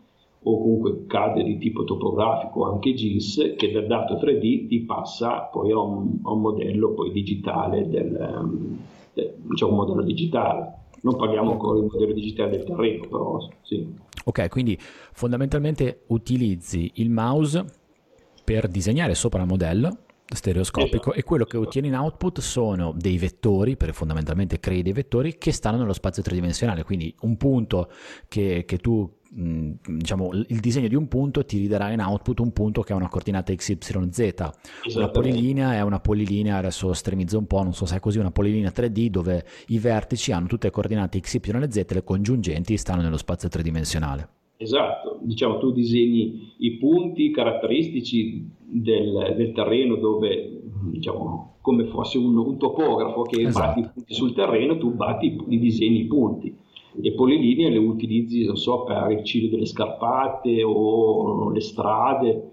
o comunque C A D di tipo topografico, anche G I S, che dal dato tre D ti passa poi a un, a un modello poi digitale del, del, diciamo un modello digitale. Non parliamo ancora di modello digitale del terreno, però sì. Ok, quindi fondamentalmente utilizzi il mouse per disegnare sopra il modello stereoscopico, esatto, e quello che ottieni in output sono dei vettori, perché fondamentalmente crei dei vettori che stanno nello spazio tridimensionale, quindi un punto che, che tu mh, diciamo il disegno di un punto ti ridarà in output un punto che ha una coordinata x y z, una polilinea è una polilinea, adesso estremizzo un po', non so se è così, una polilinea tre D dove i vertici hanno tutte le coordinate x y e z, le congiungenti stanno nello spazio tridimensionale. Esatto, diciamo tu disegni i punti caratteristici del, del terreno dove, diciamo, come fosse un, un topografo che esatto. batti i punti sul terreno, tu batti i disegni i punti. Le polilinee le utilizzi, non so, per il ciglio delle scarpate o le strade.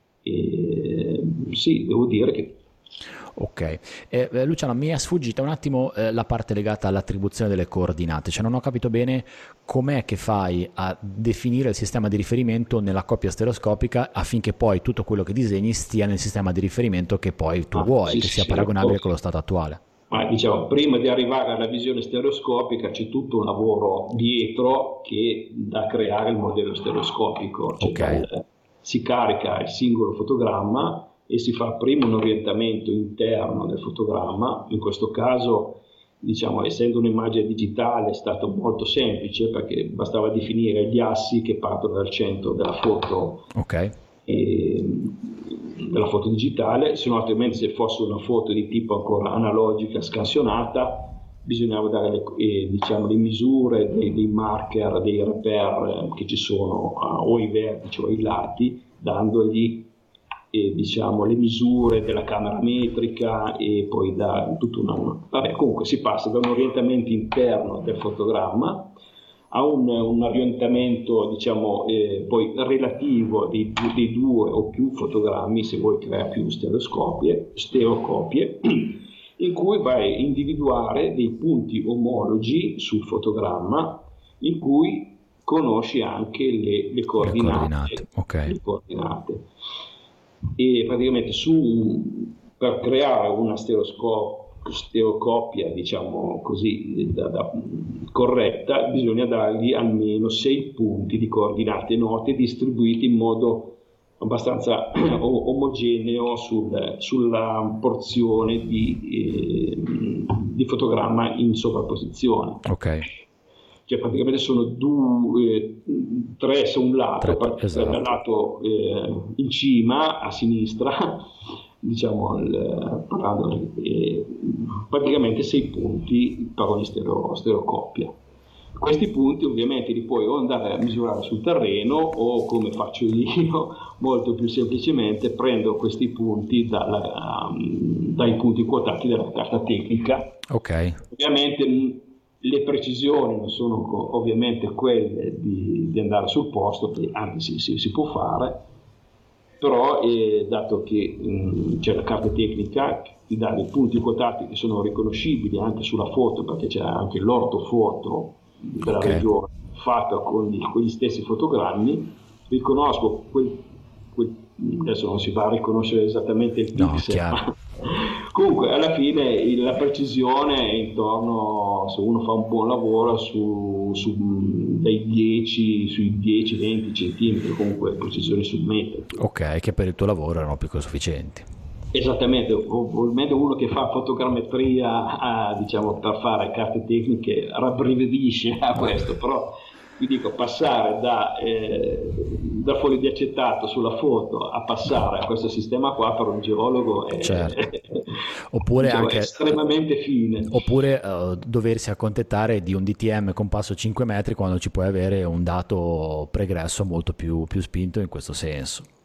E, sì, devo dire che... Ok, eh, Luciano, mi è sfuggita un attimo eh, la parte legata all'attribuzione delle coordinate, cioè non ho capito bene com'è che fai a definire il sistema di riferimento nella coppia stereoscopica affinché poi tutto quello che disegni stia nel sistema di riferimento che poi tu ah, vuoi, sì, che sia sì, paragonabile sì. con lo stato attuale. Ma diciamo, prima di arrivare alla visione stereoscopica c'è tutto un lavoro dietro che da creare il modello stereoscopico, cioè okay. dal, si carica il singolo fotogramma e si fa prima un orientamento interno del fotogramma. In questo caso, diciamo, essendo un'immagine digitale è stato molto semplice perché bastava definire gli assi che partono dal centro della foto, okay. e, della foto digitale, se no altrimenti se fosse una foto di tipo ancora analogica scansionata bisognava dare le, eh, diciamo, le misure dei, dei marker, dei reper che ci sono uh, o ai vertici o ai lati, dandogli E, diciamo, le misure della camera metrica e poi da tutto una... Vabbè, comunque si passa da un orientamento interno del fotogramma a un, un orientamento, diciamo, eh, poi relativo dei, dei due o più fotogrammi, se vuoi crea più stereoscopie, stereocopie, in cui vai a individuare dei punti omologi sul fotogramma in cui conosci anche le, le coordinate. Le coordinate, okay. Le coordinate. E praticamente su, per creare una stereoscopia, diciamo così, da, da, corretta, bisogna dargli almeno sei punti di coordinate note distribuiti in modo abbastanza omogeneo sul, sulla porzione di, eh, di fotogramma in sovrapposizione. Ok. Cioè praticamente sono due, eh, tre su un lato, tre, esatto. dal lato eh, in cima a sinistra, diciamo, il, parlando, eh, praticamente sei punti per ogni stereo, stereocoppia. Questi punti ovviamente li puoi o andare a misurare sul terreno o, come faccio io, molto più semplicemente prendo questi punti dalla, um, dai punti quotati della carta tecnica. Ok. Ovviamente le precisioni non sono ovviamente quelle di, di andare sul posto, che anche si, si, si può fare, però eh, dato che mh, c'è la carta tecnica ti dà dei punti quotati che sono riconoscibili anche sulla foto, perché c'è anche l'ortofoto della okay. regione fatta con, gli, con gli stessi fotogrammi, riconosco quel, quel, adesso non si va a riconoscere esattamente il pixel, no, comunque alla fine la precisione è intorno, se uno fa un buon lavoro, su, su dai dieci, sui dieci venti centimetri, comunque precisione sul metro. Ok, che per il tuo lavoro erano più che sufficienti. Esattamente, ovviamente uno che fa fotogrammetria a, diciamo, per fare carte tecniche rabbrividisce a questo, però vi dico, passare da, eh, da foglio di acetato sulla foto a passare a questo sistema qua per un geologo è, certo. è, oppure diciamo, anche, è estremamente fine. Oppure uh, doversi accontentare di un D T M con passo cinque metri quando ci puoi avere un dato pregresso molto più, più spinto in questo senso.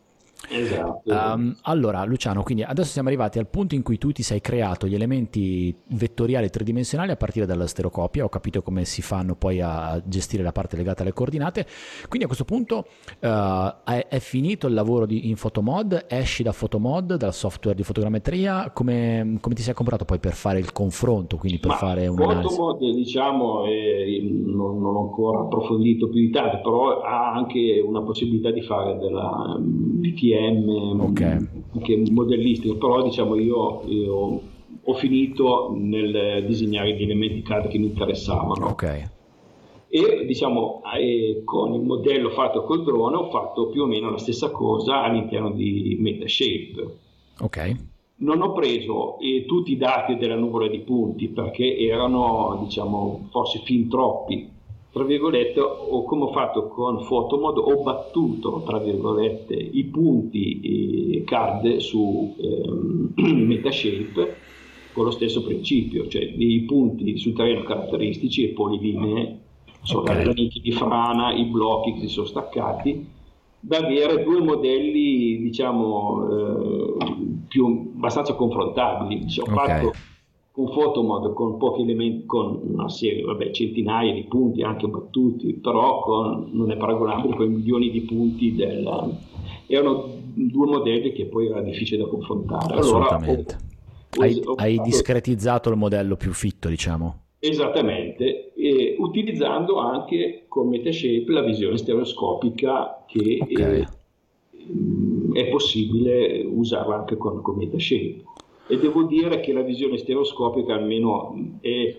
Esatto. Um, allora, Luciano, quindi adesso siamo arrivati al punto in cui tu ti sei creato gli elementi vettoriali tridimensionali a partire dalla stereoscopia, ho capito come si fanno poi a gestire la parte legata alle coordinate, quindi a questo punto uh, è, è finito il lavoro di, in Photomod, esci da Photomod, dal software di fotogrammetria, come, come ti sei comprato poi per fare il confronto, quindi per Ma fare un'analisi? Photomod, diciamo, eh, non, non ho ancora approfondito più di tanto, però ha anche una possibilità di fare della mm, B T M, Ok, mm, anche modellistica, però diciamo io, io ho finito nel disegnare gli elementi C A D che mi interessavano. ok, E diciamo eh, con il modello fatto col drone ho fatto più o meno la stessa cosa all'interno di Metashape. ok, Non ho preso eh, tutti i dati della nuvola di punti perché erano, diciamo, forse fin troppi, tra virgolette, o come ho fatto con Photomod, ho battuto, tra virgolette, i punti eh, C A D su ehm, Metashape con lo stesso principio, cioè i punti sul terreno caratteristici e polilinee, sono ok, le lamiche di frana, i blocchi che si sono staccati, da avere due modelli, diciamo, eh, più, abbastanza confrontabili. Ho ok. fatto con Photomod con pochi elementi, con una serie, vabbè, centinaia di punti anche battuti, però con, non è paragonabile con i milioni di punti del... Erano due modelli che poi era difficile da confrontare. Allora ho, Assolutamente. ho, Hai, ho hai fatto discretizzato il modello più fitto, diciamo. esattamente, e utilizzando anche con Metashape la visione stereoscopica che Ok, eh, è possibile usarla anche con, con Metashape. E devo dire che la visione stereoscopica almeno è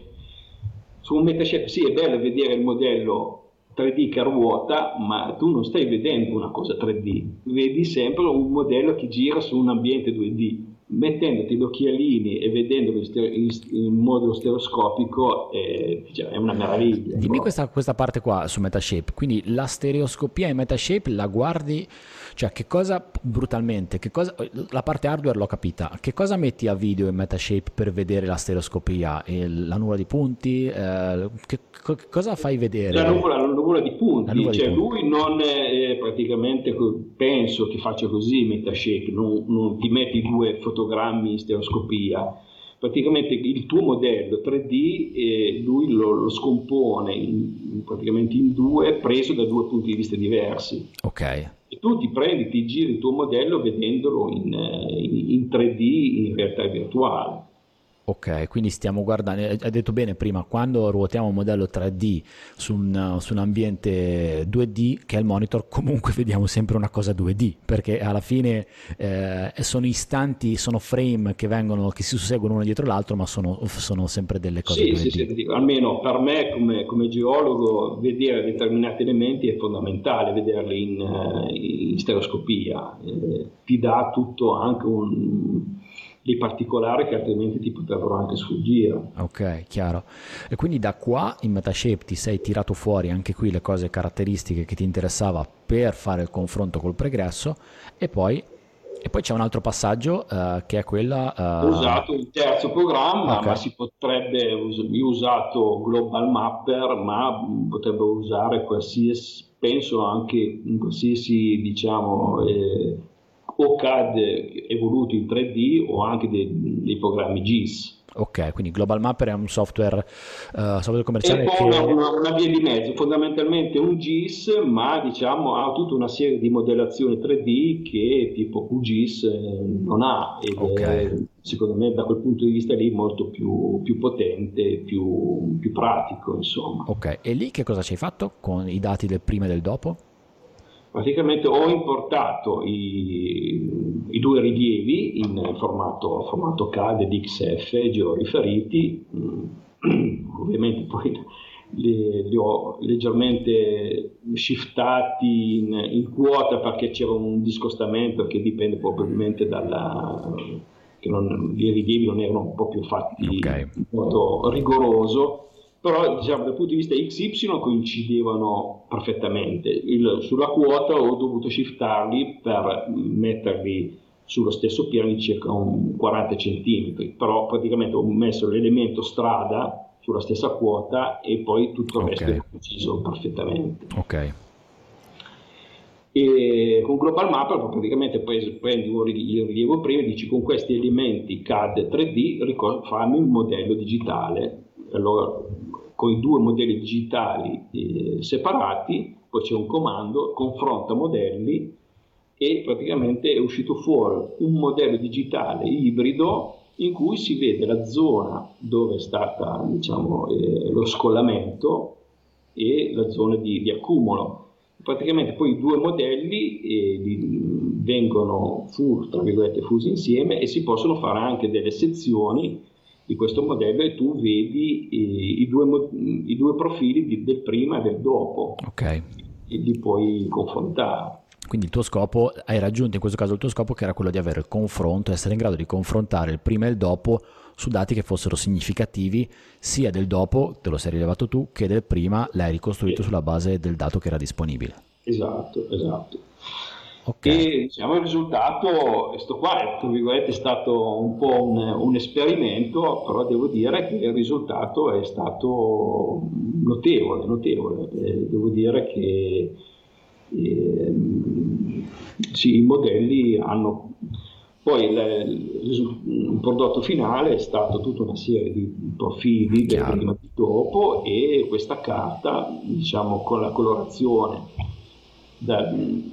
su un Metashape, sì, è bello vedere il modello tre D che ruota, ma tu non stai vedendo una cosa tre D, vedi sempre un modello che gira su un ambiente due D. Mettendoti gli occhialini e vedendo il modello stereoscopico è, cioè, è una meraviglia. dimmi questa, questa parte qua su Metashape, quindi la stereoscopia in Metashape la guardi, cioè che cosa, brutalmente, che cosa, la parte hardware l'ho capita, che cosa metti a video in Metashape per vedere la stereoscopia? Il- la nuvola di punti, eh, che, co- cosa fai La vedere? nuvola, la nuvola di La punti, nuvola di cioè punti, lui non è, praticamente penso che faccia così Metashape, non, non ti metti due fotogrammi in stereoscopia, praticamente il tuo modello tre D eh, lui lo, lo scompone in, praticamente in due, preso da due punti di vista diversi. ok. E tu ti prendi, ti giri il tuo modello vedendolo in, in, in tre D in realtà virtuale. Ok, quindi stiamo guardando, hai detto bene prima, quando ruotiamo un modello tre D su un, su un ambiente due D, che è il monitor, comunque vediamo sempre una cosa due D, perché alla fine eh, sono istanti, sono frame che vengono, che si susseguono uno dietro l'altro, ma sono, sono sempre delle cose Sì, sì, due D. sì, dico, almeno per me come, come geologo vedere determinati elementi è fondamentale, vederli in, eh, in stereoscopia, eh, ti dà tutto anche un, dei particolari che altrimenti ti potrebbero anche sfuggire. Ok, chiaro. E quindi da qua in Metashape ti sei tirato fuori anche qui le cose caratteristiche che ti interessava per fare il confronto col pregresso e poi, e poi c'è un altro passaggio eh, che è Ho quella... usato il terzo eh, programma, ok, ma si potrebbe, us- io ho usato Global Mapper, ma mh, potrebbe usare qualsiasi, penso anche un qualsiasi, diciamo, eh, o C A D evoluto in tre D o anche dei, dei programmi G I S. ok, quindi Global Mapper è un software, eh, software E commerciale poi una, che... una- una via di mezzo, fondamentalmente un G I S, ma diciamo ha tutta una serie di modellazioni tre D che tipo Q G I S eh, non ha, ed Ok, è secondo me da quel punto di vista lì molto più, più potente, più, più pratico, insomma. ok. E lì che cosa ci hai fatto con i dati del prima e del dopo? Praticamente ho importato i, i due rilievi in formato, formato C A D ed X F georiferiti, mm, ovviamente poi li, li ho leggermente shiftati in, in quota perché c'era un discostamento che dipende probabilmente dalla... che non, i rilievi non erano proprio fatti Ok, in modo rigoroso, però diciamo, dal punto di vista X Y coincidevano perfettamente. Il, sulla quota ho dovuto shiftarli per metterli sullo stesso piano di circa un quaranta centimetri, però praticamente ho messo l'elemento strada sulla stessa quota e poi tutto il ok, resto è preciso perfettamente. ok. E con Global Mapper praticamente prendi il rilievo prima e dici con questi elementi C A D tre D fammi un modello digitale. Allora con i due modelli digitali eh, separati, poi c'è un comando, confronta modelli, e praticamente è uscito fuori un modello digitale ibrido in cui si vede la zona dove è stata, diciamo, eh, lo scollamento e la zona di, di accumulo. Praticamente poi i due modelli eh, vengono fu, tra virgolette, fusi insieme, e si possono fare anche delle sezioni di questo modello e tu vedi eh, i, due, i due profili di, del prima e del dopo, okay. E li puoi confrontare. Quindi il tuo scopo, hai raggiunto in questo caso il tuo scopo, che era quello di avere il confronto, essere in grado di confrontare il prima e il dopo su dati che fossero significativi, sia del dopo, te lo sei rilevato tu, che del prima l'hai ricostruito sulla base del dato che era disponibile. Esatto, esatto. Okay. E diciamo il risultato, questo qua è, tra virgolette, è stato un po' un, un esperimento, però devo dire che il risultato è stato notevole, notevole. Eh, devo dire che eh, sì, i modelli hanno... Poi il, il prodotto finale è stato tutta una serie di profili del prima e del dopo, e questa carta, diciamo, con la colorazione da,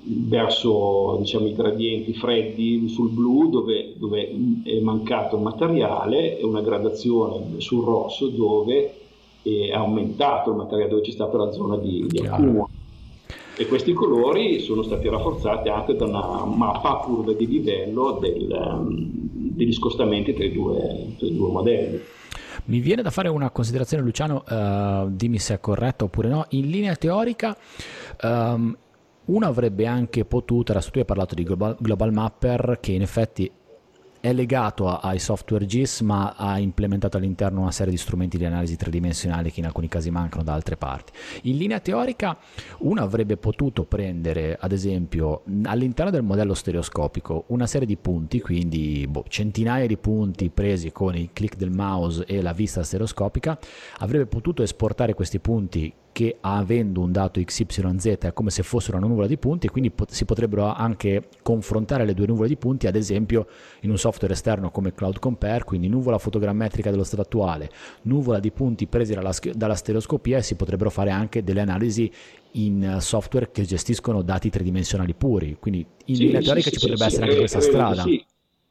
verso, diciamo, i gradienti freddi sul blu dove, dove è mancato il materiale, e una gradazione sul rosso dove è aumentato il materiale, dove c'è stata la zona di, di accumulo. E questi colori sono stati rafforzati anche da una mappa a curve di livello del, um, degli scostamenti tra i, due, tra i due modelli. Mi viene da fare una considerazione, Luciano, uh, dimmi se è corretto oppure no. In linea teorica um, uno avrebbe anche potuto, adesso tu hai parlato di Global, Global Mapper, che in effetti è legato a, ai software G I S, ma ha implementato all'interno una serie di strumenti di analisi tridimensionali che in alcuni casi mancano da altre parti. In linea teorica uno avrebbe potuto prendere, ad esempio, all'interno del modello stereoscopico una serie di punti, quindi boh, centinaia di punti presi con il click del mouse e la vista stereoscopica, avrebbe potuto esportare questi punti che, avendo un dato X Y Z, è come se fossero una nuvola di punti, e quindi pot- si potrebbero anche confrontare le due nuvole di punti, ad esempio in un software esterno come Cloud Compare, quindi nuvola fotogrammetrica dello stato attuale, nuvola di punti presi dalla, dalla stereoscopia, e si potrebbero fare anche delle analisi in software che gestiscono dati tridimensionali puri, quindi in sì, linea teorica sì, ci sì, potrebbe sì, essere sì, anche questa strada. Sì.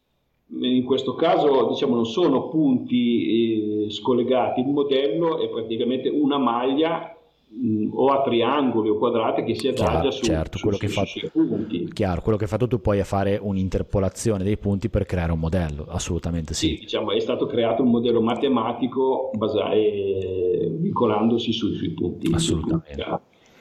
In questo caso, diciamo, non sono punti eh, scollegati, il modello è praticamente una maglia mh, o a triangoli o quadrati che si adagia su, certo, su, quello su, che fa, su, sui punti. Chiaro, quello che hai fatto tu poi è fare un'interpolazione dei punti per creare un modello, assolutamente sì. Sì, diciamo, è stato creato un modello matematico basato, eh, vincolandosi sui, sui punti. Assolutamente. Sui punti.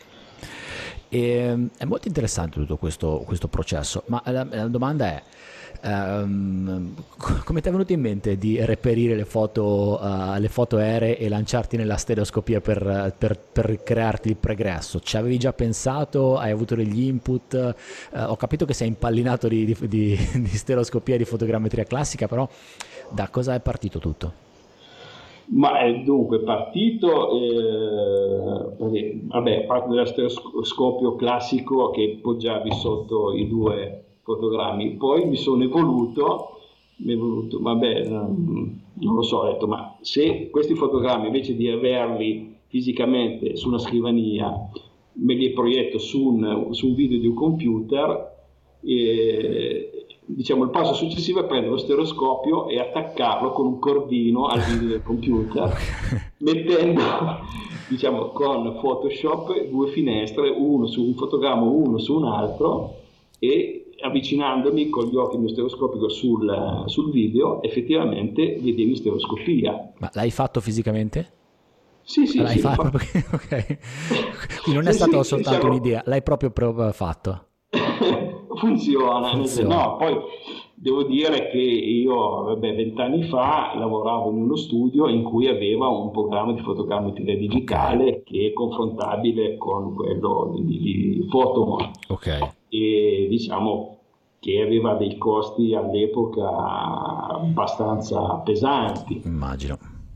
E, è molto interessante tutto questo, questo processo, ma la, la domanda è: Um, come ti è venuto in mente di reperire le foto, uh, le foto aeree e lanciarti nella stereoscopia per, per, per crearti il pregresso? Ci avevi già pensato? Hai avuto degli input? Uh, ho capito che sei impallinato di, di, di, di stereoscopia e di fotogrammetria classica, però da cosa è partito tutto? Ma è dunque partito, eh, vabbè, parte dello stereoscopio classico che poggiavi sotto i due fotogrammi, poi mi sono evoluto, mi è voluto, vabbè, non lo so, ho detto, ma se questi fotogrammi invece di averli fisicamente su una scrivania me li proietto su un, su un video di un computer, eh, diciamo il passo successivo è prendere lo stereoscopio e attaccarlo con un cordino al video del computer, mettendo, diciamo, con Photoshop due finestre, uno su un fotogramma, uno su un altro, e avvicinandomi con gli occhi del stereoscopico sul, sul video, effettivamente vedevi stereoscopia. Ma l'hai fatto fisicamente? Sì, sì, l'hai sì. fatto? Fa... Okay. Quindi non è sì, stato sì, soltanto diciamo... un'idea, l'hai proprio, proprio fatto. Funziona. Funziona. No, poi devo dire che io, vabbè, vent'anni fa lavoravo in uno studio in cui aveva un programma di fotogrammetria digitale, okay, che è confrontabile con quello di, di Photomon. Ok. E diciamo che aveva dei costi all'epoca abbastanza pesanti. Immagino.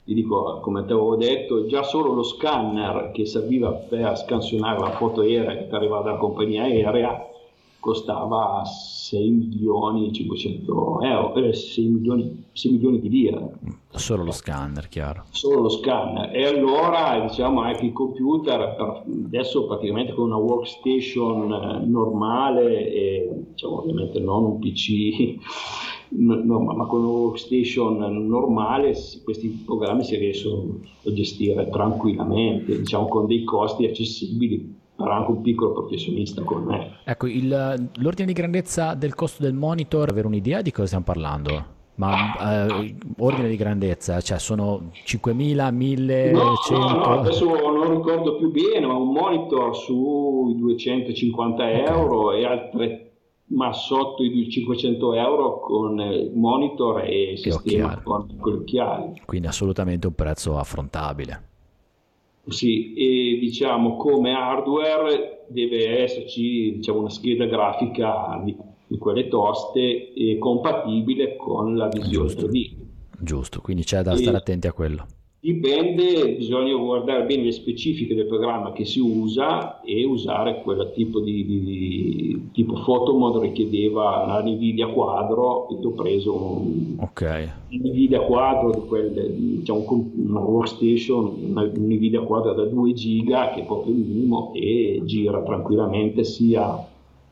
ti dico, come ti avevo detto, già solo lo scanner che serviva per scansionare la foto aerea che arrivava dalla compagnia aerea costava sei milioni cinquecento euro, eh, sei milioni, sei milioni di lire. Solo lo scanner, chiaro. Solo lo scanner. E allora, diciamo, anche il computer, per, adesso praticamente con una workstation normale, e, diciamo, ovviamente non un P C, no, ma con una workstation normale, questi programmi si riescono a gestire tranquillamente, diciamo, con dei costi accessibili per anche un piccolo professionista come me. Ecco, il, l'ordine di grandezza del costo del monitor, avere un'idea di cosa stiamo parlando? Ma eh, ordine di grandezza, cioè sono cinquemila, millecento? No, no, no, adesso non ricordo più bene, ma un monitor sui duecentocinquanta euro okay. E altre, ma sotto i cinquecento euro con monitor e sistema con gli occhiali. Quindi assolutamente un prezzo affrontabile. Sì, e diciamo come hardware deve esserci, diciamo, una scheda grafica di, di quelle toste e compatibile con la visione Giusto. tre D. Giusto, quindi c'è da stare e attenti a quello. Dipende, bisogna guardare bene le specifiche del programma che si usa e usare quel tipo di, di, di tipo photomod richiedeva una Nvidia Quadro, e ho preso un, okay. un Nvidia Quadro di quelle, diciamo, una workstation, una Nvidia Quadro da due giga che è proprio il minimo e gira tranquillamente sia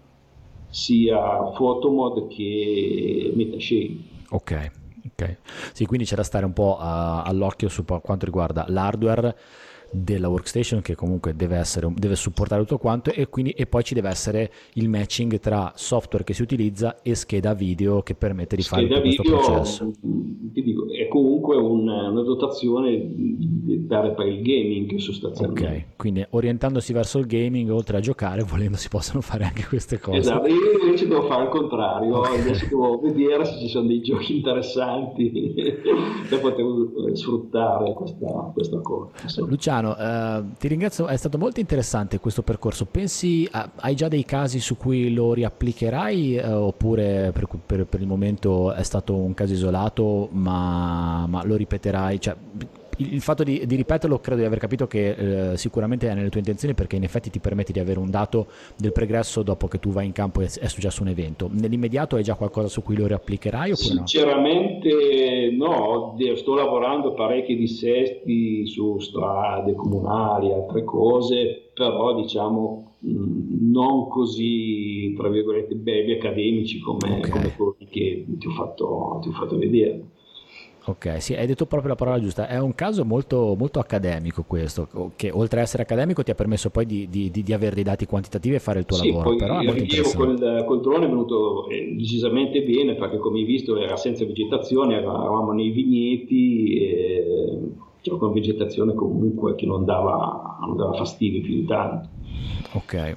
sia photomod che metashade. Ok. Ok, sì, quindi c'è da stare un po' a, all'occhio su quanto riguarda l'hardware della workstation, che comunque deve essere, deve supportare tutto quanto, e quindi e poi ci deve essere il matching tra software che si utilizza e scheda video che permette di scheda fare tutto video, questo processo. Ti dico, è comunque un, una dotazione per, per il gaming sostanzialmente. Ok, quindi orientandosi verso il gaming, oltre a giocare, volendo si possono fare anche queste cose. Esatto, io invece devo fare il contrario, okay. Adesso devo vedere se ci sono dei giochi interessanti da poter sfruttare questa, questa cosa. Luciano, Uh, ti ringrazio, è stato molto interessante questo percorso. Pensi, uh, hai già dei casi su cui lo riapplicherai uh, oppure per, per, per il momento è stato un caso isolato, ma, ma lo ripeterai? Cioè, il fatto di, di ripeterlo credo di aver capito che eh, sicuramente è nelle tue intenzioni, perché in effetti ti permette di avere un dato del progresso dopo che tu vai in campo e è successo un evento. Nell'immediato hai già qualcosa su cui lo riapplicherai oppure no? Sinceramente no, sto lavorando parecchi dissesti su strade comunali, altre cose, però diciamo mh, non così, tra virgolette, belli accademici come, okay. come quelli che ti ho fatto, ti ho fatto vedere. Ok, sì, hai detto proprio la parola giusta, è un caso molto, molto accademico questo, che oltre ad essere accademico ti ha permesso poi di, di, di avere dei dati quantitativi e fare il tuo sì, lavoro. Poi però il rilievo col, col drone è venuto decisamente bene, perché come hai visto era senza vegetazione, eravamo nei vigneti, e c'era una vegetazione comunque che non dava, non dava fastidio più di tanto. Ok.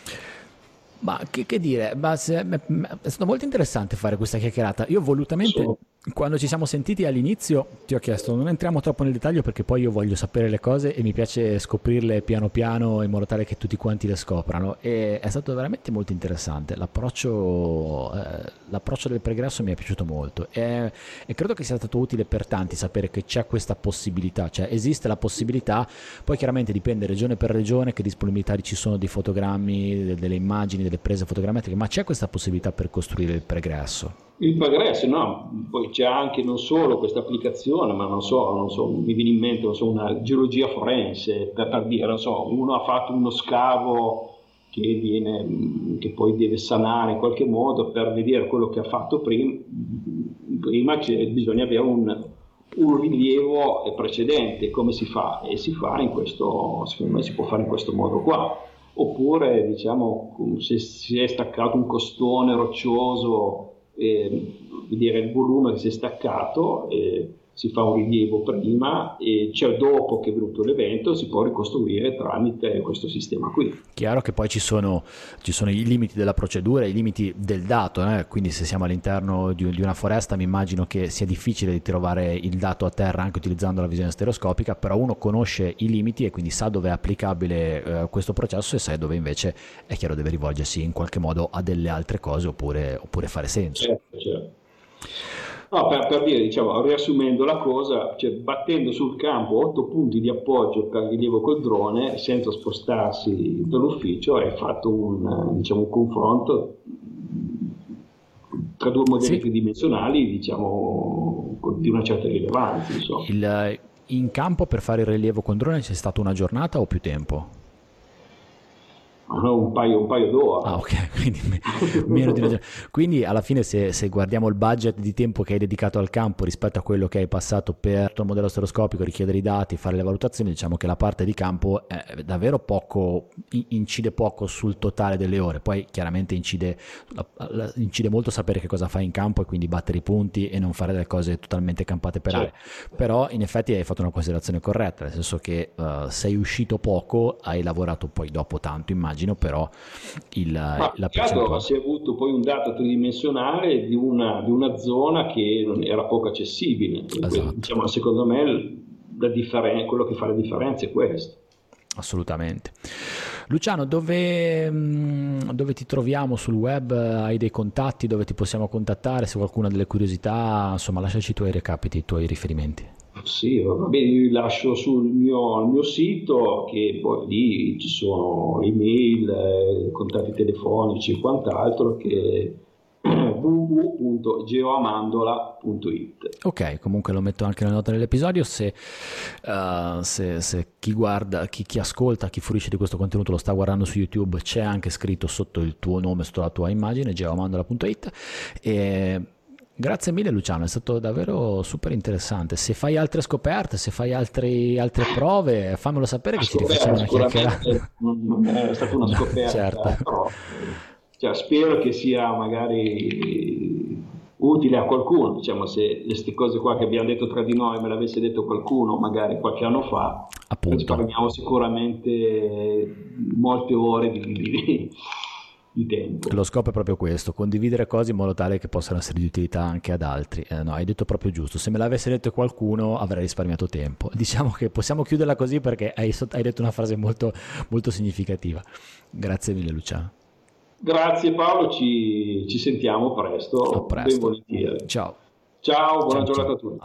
Ma che, che dire, ma se, è stato molto interessante fare questa chiacchierata. Io volutamente, so. quando ci siamo sentiti all'inizio, ti ho chiesto non entriamo troppo nel dettaglio, perché poi io voglio sapere le cose e mi piace scoprirle piano piano in modo tale che tutti quanti le scoprano, e è stato veramente molto interessante. L'approccio, eh, l'approccio del pregresso mi è piaciuto molto e, e credo che sia stato utile per tanti sapere che c'è questa possibilità, cioè esiste la possibilità. Poi chiaramente dipende regione per regione che disponibilità ci sono dei fotogrammi, delle immagini, delle prese fotogrammetriche, ma c'è questa possibilità per costruire il pregresso. Il progresso, no, poi c'è anche non solo questa applicazione, ma non so, non so, mi viene in mente, non so, una geologia forense, per, per dire, non so, uno ha fatto uno scavo che viene, che poi deve sanare in qualche modo, per vedere quello che ha fatto prima, prima c'è, bisogna avere un, un rilievo precedente. Come si fa? E si fa in questo, secondo me si può fare in questo modo qua. Oppure, diciamo, se si è staccato un costone roccioso, eh, vedere il volume che si è staccato, eh, si fa un rilievo prima e cioè dopo che è venuto l'evento si può ricostruire tramite questo sistema qui. Chiaro che poi ci sono, ci sono i limiti della procedura, i limiti del dato, eh? Quindi se siamo all'interno di, di una foresta mi immagino che sia difficile di trovare il dato a terra anche utilizzando la visione stereoscopica, però uno conosce i limiti e quindi sa dove è applicabile eh, questo processo, e sa dove invece è chiaro deve rivolgersi in qualche modo a delle altre cose oppure, oppure fare senso. Certo, certo. No, per, per dire, diciamo, riassumendo la cosa, cioè, battendo sul campo otto punti di appoggio per rilievo col drone, senza spostarsi dall'ufficio, hai fatto un, diciamo, un confronto tra due modelli Sì, tridimensionali, diciamo, di una certa rilevanza, insomma. il, in campo per fare il rilievo con drone c'è stata una giornata o più tempo? Ma no, un paio, un paio Ah, d'ore. ok, quindi me- meno di una giornata. Quindi alla fine se, se guardiamo il budget di tempo che hai dedicato al campo rispetto a quello che hai passato per il modello stereoscopico, richiedere i dati, fare le valutazioni, diciamo che la parte di campo è davvero poco, in- incide poco sul totale delle ore. Poi chiaramente incide, la- la- incide molto sapere che cosa fai in campo e quindi battere i punti e non fare delle cose totalmente campate per aria. Certo. Però in effetti hai fatto una considerazione corretta, nel senso che eh, sei uscito poco, hai lavorato poi dopo tanto, immagino, però il- Ma la più che altro percentuale. si è avuto poi un dato tridimensionale di una, di una zona che non era poco accessibile. Que- Esatto, Diciamo, secondo me il- la differen- quello che fa la differenza è questo. assolutamente. Luciano, dove, mh, dove ti troviamo sul web? Hai dei contatti dove ti possiamo contattare? Se qualcuno ha delle curiosità, insomma, lasciaci i tuoi recapiti, i tuoi riferimenti. Sì, va bene, io vi lascio sul mio, al mio sito che poi lì ci sono email, eh, contatti telefonici e quant'altro che è w w w punto geoamandola punto it. Ok, comunque lo metto anche nella nota dell'episodio. Se, eh, se- se chi guarda, chi, chi ascolta, chi fruisce di questo contenuto lo sta guardando su YouTube, c'è anche scritto sotto il tuo nome, sotto la tua immagine, geoamandola punto it. E grazie mille Luciano, è stato davvero super interessante. Se fai altre scoperte, se fai altri- altre prove, fammelo sapere Una che ci rifacciamo scoperta, una chiacchierata. sicuramente non non è stata una No, certo. scoperta, però cioè, spero che sia magari utile a qualcuno. Diciamo, se queste cose qua che abbiamo detto tra di noi me l'avesse detto qualcuno magari qualche anno fa, Appunto. risparmiamo sicuramente molte ore di, di- di tempo. Lo scopo è proprio questo, condividere cose in modo tale che possano essere di utilità anche ad altri. Eh, no, hai detto proprio giusto, se me l'avesse detto qualcuno avrei risparmiato tempo. Diciamo che possiamo chiuderla così perché hai, hai detto una frase molto, molto significativa. Grazie mille Luciano, Grazie Paolo, ci, ci sentiamo a presto, ben presto. volentieri. Ciao, Ciao, buona ciao, giornata ciao. a tutti.